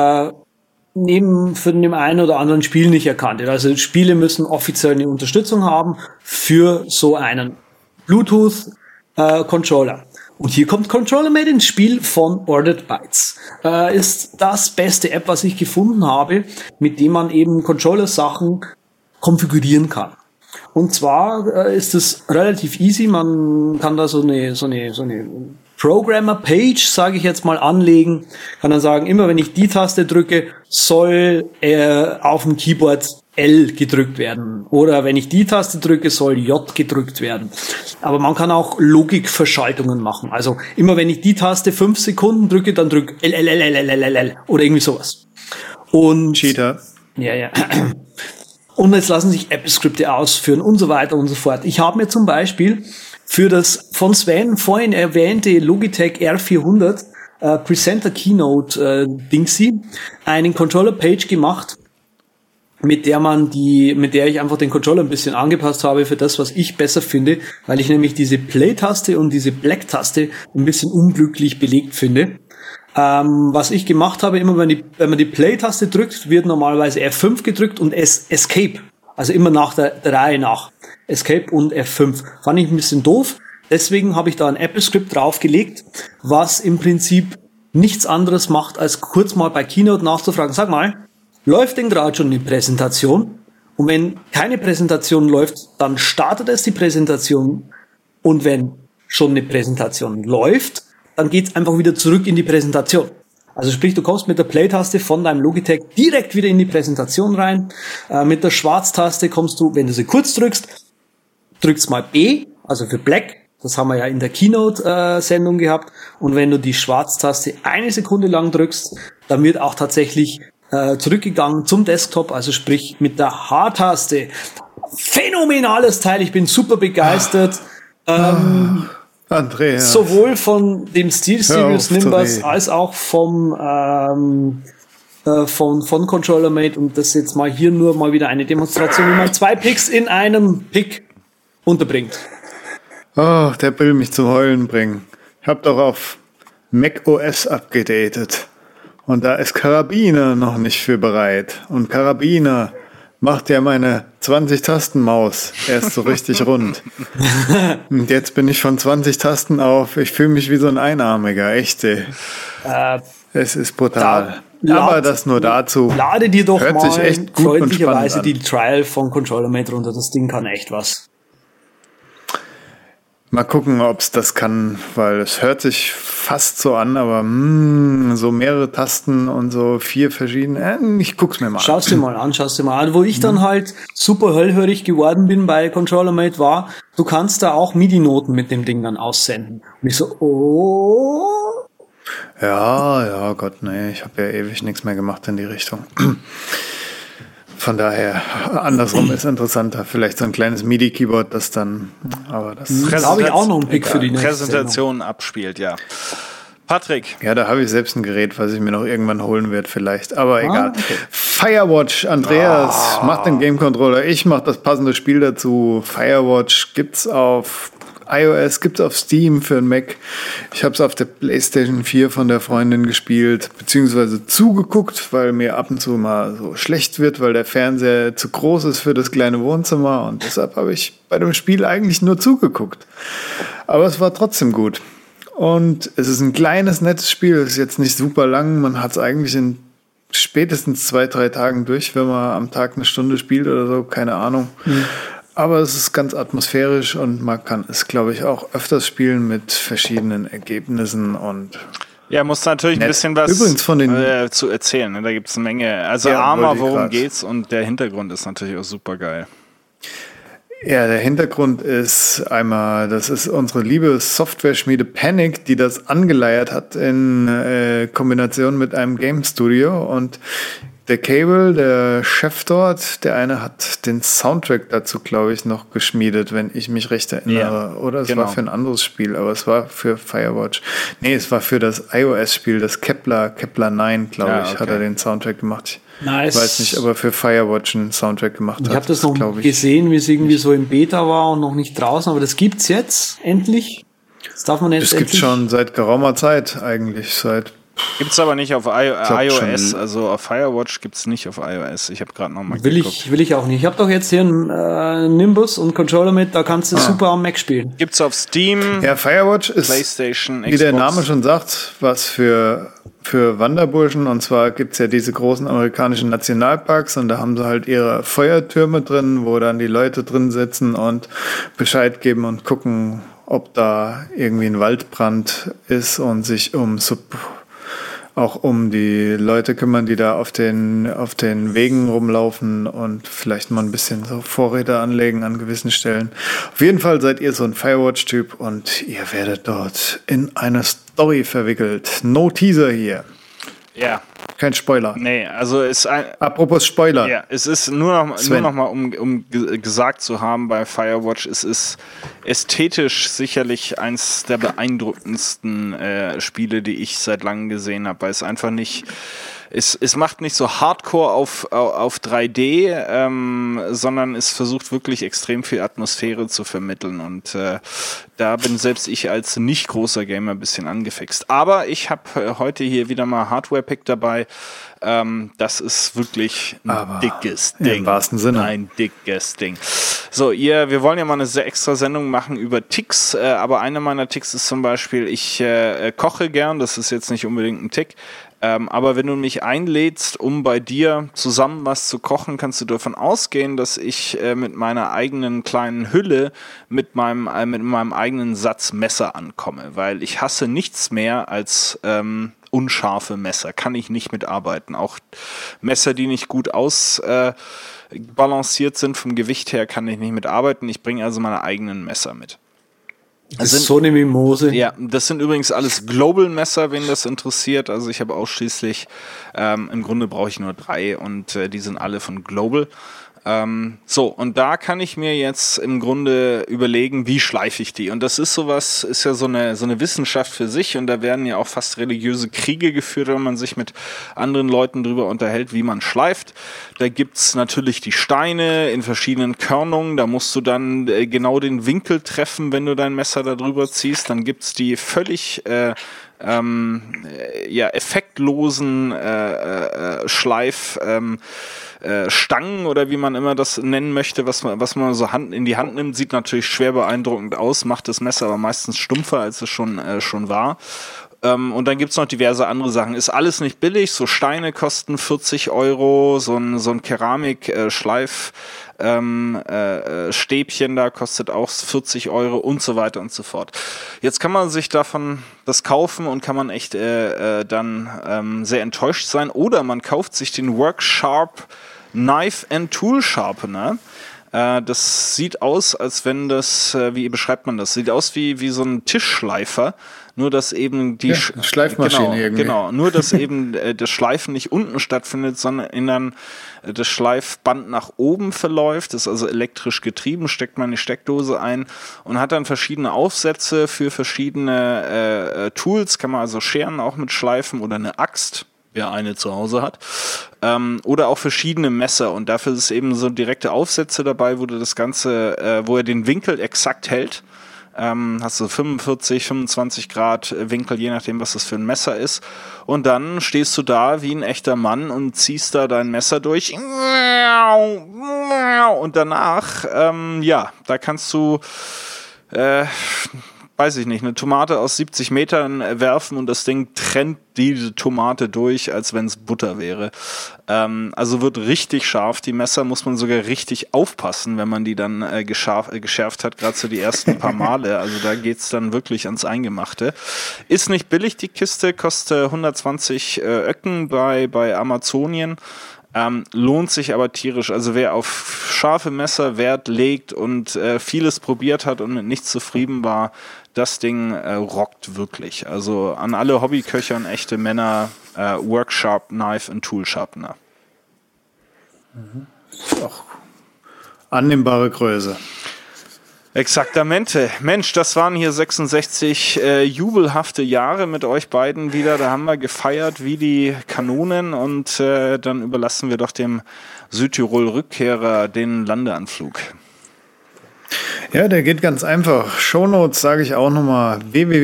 neben für dem einen oder anderen Spiel nicht erkannt wird. Also Spiele müssen offiziell eine Unterstützung haben für so einen Bluetooth-Controller. Und hier kommt Controller Mate ins Spiel von Ordered Bytes. Ist das beste App, was ich gefunden habe, mit dem man eben Controller-Sachen konfigurieren kann. Und zwar ist es relativ easy. Man kann da so eine Programmer-Page, sage ich jetzt mal, anlegen. Kann dann sagen, immer wenn ich die Taste drücke, soll auf dem Keyboard L gedrückt werden. Oder wenn ich die Taste drücke, soll J gedrückt werden. Aber man kann auch Logikverschaltungen machen. Also immer wenn ich die Taste 5 Sekunden drücke, dann drück L oder irgendwie sowas. Und Cheater. Ja. Und jetzt lassen sich App-Skripte ausführen und so weiter und so fort. Ich habe mir zum Beispiel für das von Sven vorhin erwähnte Logitech R400 Presenter Keynote Dingsy einen Controller-Page gemacht, mit der ich einfach den Controller ein bisschen angepasst habe für das, was ich besser finde, weil ich nämlich diese Play-Taste und diese Black-Taste ein bisschen unglücklich belegt finde. Was ich gemacht habe, immer wenn man die Play-Taste drückt, wird normalerweise F5 gedrückt und Escape. Also immer nach der Reihe nach. Escape und F5. Fand ich ein bisschen doof. Deswegen habe ich da ein Apple-Script draufgelegt, was im Prinzip nichts anderes macht, als kurz mal bei Keynote nachzufragen. Sag mal, läuft denn gerade schon die Präsentation? Und wenn keine Präsentation läuft, dann startet es die Präsentation. Und wenn schon eine Präsentation läuft, dann geht's einfach wieder zurück in die Präsentation. Also sprich, du kommst mit der Play-Taste von deinem Logitech direkt wieder in die Präsentation rein. Mit der Schwarztaste kommst du, wenn du sie kurz drückst mal B, also für Black. Das haben wir ja in der Keynote-Sendung gehabt. Und wenn du die Schwarztaste 1 Sekunde lang drückst, dann wird auch tatsächlich zurückgegangen zum Desktop. Also sprich mit der H-Taste. Phänomenales Teil, ich bin super begeistert. Andreas. Sowohl von dem SteelSeries Nimbus als auch von ControllerMate, und das jetzt mal hier nur mal wieder eine Demonstration, wie man 2 Picks in einem Pick unterbringt. Oh, der will mich zum Heulen bringen. Ich habe doch auf macOS abgedatet und da ist Karabiner noch nicht für bereit. Und Karabiner macht ja meine 20-Tasten-Maus erst so richtig rund. Und jetzt bin ich von 20 Tasten auf, ich fühle mich wie so ein Einarmiger, echte. Es ist brutal. Aber das nur dazu. Lade dir doch hört mal sich echt gut freundlicherweise und die Trial von ControllerMate runter. Das Ding kann echt was. Mal gucken, ob es das kann, weil es hört sich fast so an, aber so mehrere Tasten und so 4 verschiedene. Ich guck's mir mal an. Schau dir mal an. Wo ich dann halt super hellhörig geworden bin bei ControllerMate war, du kannst da auch MIDI-Noten mit dem Ding dann aussenden. Und ich so, oh. Ja, Gott, nee, ich habe ja ewig nichts mehr gemacht in die Richtung. Von daher, andersrum ist interessanter. Vielleicht so ein kleines MIDI-Keyboard, das dann, aber das... Da habe ich auch noch einen Pick für die nächste Präsentation abspielt, ja. Patrick. Ja, da habe ich selbst ein Gerät, was ich mir noch irgendwann holen werde vielleicht, aber egal. Okay. Firewatch, Andreas macht den Game Controller, ich mache das passende Spiel dazu. Firewatch gibt's auf iOS, gibt's auf Steam für den Mac. Ich habe es auf der PlayStation 4 von der Freundin gespielt, beziehungsweise zugeguckt, weil mir ab und zu mal so schlecht wird, weil der Fernseher zu groß ist für das kleine Wohnzimmer, und deshalb habe ich bei dem Spiel eigentlich nur zugeguckt. Aber es war trotzdem gut. Und es ist ein kleines, nettes Spiel, es ist jetzt nicht super lang, man hat es eigentlich in spätestens 2-3 Tagen durch, wenn man am Tag eine Stunde spielt oder so, keine Ahnung. Aber es ist ganz atmosphärisch und man kann es, glaube ich, auch öfters spielen mit verschiedenen Ergebnissen und ja, muss natürlich ein bisschen was übrigens von den zu erzählen. Ne? Da gibt es eine Menge. Also ja, Arma, worum geht's? Und der Hintergrund ist natürlich auch super geil. Ja, der Hintergrund ist einmal, das ist unsere liebe Software-Schmiede Panic, die das angeleiert hat in Kombination mit einem Game Studio, und der Cable, der Chef dort, der eine hat den Soundtrack dazu, glaube ich, noch geschmiedet, wenn ich mich recht erinnere. Ja, oder es war für ein anderes Spiel, aber es war für Firewatch. Nee, es war für das iOS-Spiel, das Kepler 9, glaube ich, hat er den Soundtrack gemacht. Nice. Ich weiß nicht, ob er für Firewatch einen Soundtrack gemacht hat. Ich habe das noch gesehen, wie es irgendwie so im Beta war und noch nicht draußen, aber das gibt's jetzt endlich. Das darf man jetzt endlich. Das gibt's schon seit geraumer Zeit eigentlich, Gibt's aber nicht auf iOS, also auf Firewatch gibt's nicht auf iOS. Ich habe gerade noch mal geguckt. Will ich auch nicht. Ich habe doch jetzt hier einen Nimbus und Controller mit, da kannst du super am Mac spielen. Gibt's auf Steam. Ja, Firewatch ist, PlayStation, Xbox. Wie der Name schon sagt, was für Wanderburschen, und zwar gibt's ja diese großen amerikanischen Nationalparks, und da haben sie halt ihre Feuertürme drin, wo dann die Leute drin sitzen und Bescheid geben und gucken, ob da irgendwie ein Waldbrand ist, und sich auch um die Leute kümmern, die da auf den Wegen rumlaufen und vielleicht mal ein bisschen so Vorräte anlegen an gewissen Stellen. Auf jeden Fall seid ihr so ein Firewatch-Typ und ihr werdet dort in eine Story verwickelt. No Teaser hier. Ja. Kein Spoiler. Nee, also apropos Spoiler. Ja, es ist nur noch mal, um gesagt zu haben, bei Firewatch, es ist ästhetisch sicherlich eins der beeindruckendsten Spiele, die ich seit langem gesehen habe, weil es einfach nicht es macht nicht so Hardcore auf 3D, sondern es versucht wirklich extrem viel Atmosphäre zu vermitteln. Und da bin selbst ich als nicht großer Gamer ein bisschen angefixt. Aber ich habe heute hier wieder mal Hardware-Pick dabei. Das ist wirklich ein dickes Ding. Im wahrsten Sinne. Ein dickes Ding. So, wir wollen ja mal eine sehr extra Sendung machen über Ticks, aber eine meiner Ticks ist zum Beispiel, ich koche gern, das ist jetzt nicht unbedingt ein Tick, aber wenn du mich einlädst, um bei dir zusammen was zu kochen, kannst du davon ausgehen, dass ich mit meiner eigenen kleinen Hülle, mit meinem eigenen Satz Messer ankomme, weil ich hasse nichts mehr als unscharfe Messer, kann ich nicht mitarbeiten. Auch Messer, die nicht gut ausbalanciert sind vom Gewicht her, kann ich nicht mitarbeiten. Ich bringe also meine eigenen Messer mit. Das ist so eine Mimose. Ja, das sind übrigens alles Global-Messer, wen das interessiert. Also ich habe ausschließlich, im Grunde brauche ich nur 3 und die sind alle von Global. So, und da kann ich mir jetzt im Grunde überlegen, wie schleife ich die. Und das ist sowas, ist ja so eine Wissenschaft für sich und da werden ja auch fast religiöse Kriege geführt, wenn man sich mit anderen Leuten drüber unterhält, wie man schleift. Da gibt's natürlich die Steine in verschiedenen Körnungen, da musst du dann genau den Winkel treffen, wenn du dein Messer da drüber ziehst. Dann gibt's die völlig effektlosen Schleif Stangen oder wie man immer das nennen möchte, was man so in die Hand nimmt, sieht natürlich schwer beeindruckend aus, macht das Messer aber meistens stumpfer, als es schon war. Und dann gibt's noch diverse andere Sachen. Ist alles nicht billig, so Steine kosten 40 €, so ein Keramik-Schleif Stäbchen da kostet auch 40 € und so weiter und so fort. Jetzt kann man sich davon das kaufen und kann man echt dann sehr enttäuscht sein. Oder man kauft sich den Worksharp Knife and Tool Sharpener. Das sieht aus, als wenn das, wie beschreibt man das? Sieht aus wie so ein Tischschleifer, nur dass eben die Schleifmaschine irgendwie. Genau, nur dass eben das Schleifen nicht unten stattfindet, sondern das Schleifband nach oben verläuft, das ist also elektrisch getrieben, steckt man in die Steckdose ein und hat dann verschiedene Aufsätze für verschiedene Tools, kann man also scheren auch mit Schleifen oder eine Axt, wer eine zu Hause hat, oder auch verschiedene Messer und dafür ist es eben so direkte Aufsätze dabei, wo du das Ganze, wo er den Winkel exakt hält. Hast du 45, 25 Grad Winkel, je nachdem, was das für ein Messer ist. Und dann stehst du da wie ein echter Mann und ziehst da dein Messer durch. Und danach, da kannst du, weiß ich nicht, eine Tomate aus 70 Metern werfen und das Ding trennt diese Tomate durch, als wenn es Butter wäre. Also wird richtig scharf. Die Messer muss man sogar richtig aufpassen, wenn man die dann geschärft hat, gerade so die ersten paar Male. Also da geht's dann wirklich ans Eingemachte. Ist nicht billig, die Kiste, kostet 120 Öcken bei Amazonien. Lohnt sich aber tierisch. Also wer auf scharfe Messer Wert legt und vieles probiert hat und mit nichts zufrieden war, das Ding rockt wirklich. Also an alle Hobbyköcher und echte Männer, Worksharp Knife and Tool Sharpener. Auch annehmbare Größe. Exaktamente. Mensch, das waren hier 66 jubelhafte Jahre mit euch beiden wieder. Da haben wir gefeiert wie die Kanonen und dann überlassen wir doch dem Südtirol-Rückkehrer den Landeanflug. Ja, der geht ganz einfach. Shownotes sage ich auch nochmal.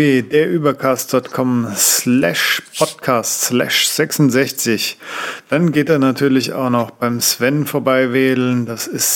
www.derübercast.com/podcast/66. Dann geht er natürlich auch noch beim Sven vorbei wählen. Das ist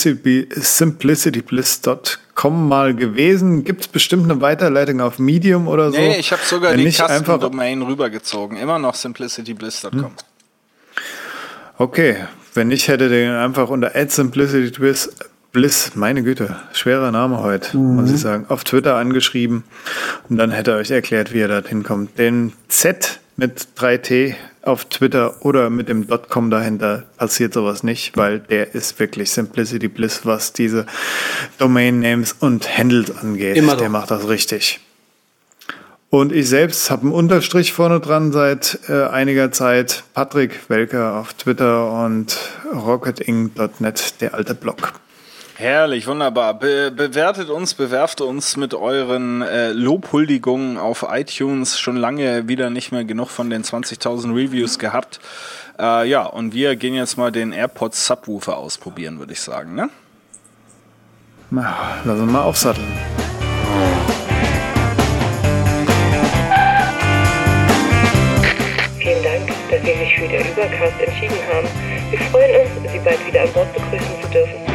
simplicitybliss.com mal gewesen. Gibt es bestimmt eine Weiterleitung auf Medium oder so? Nee, ich habe sogar die Custom-Domain rübergezogen. Immer noch simplicitybliss.com. Okay, wenn nicht, hätte den einfach unter @simplicitybliss, meine Güte, schwerer Name heute, muss ich sagen, auf Twitter angeschrieben und dann hätte er euch erklärt, wie ihr dorthin kommt. Den Z mit 3T auf Twitter oder mit dem .com dahinter passiert sowas nicht, weil der ist wirklich Simplicity Bliss, was diese Domain-Names und Handles angeht. Immer der macht das richtig. Und ich selbst habe einen Unterstrich vorne dran seit einiger Zeit. Patrick Welker auf Twitter und rocketing.net, der alte Blog. Herrlich, wunderbar. Bewertet uns, bewerft uns mit euren Lobhuldigungen auf iTunes. Schon lange wieder nicht mehr genug von den 20.000 Reviews gehabt. Ja, und wir gehen jetzt mal den AirPods Subwoofer ausprobieren, würde ich sagen, ne? Lass uns mal aufsatteln. Vielen Dank, dass Sie sich für den Übercast entschieden haben. Wir freuen uns, Sie bald wieder an Bord begrüßen zu dürfen.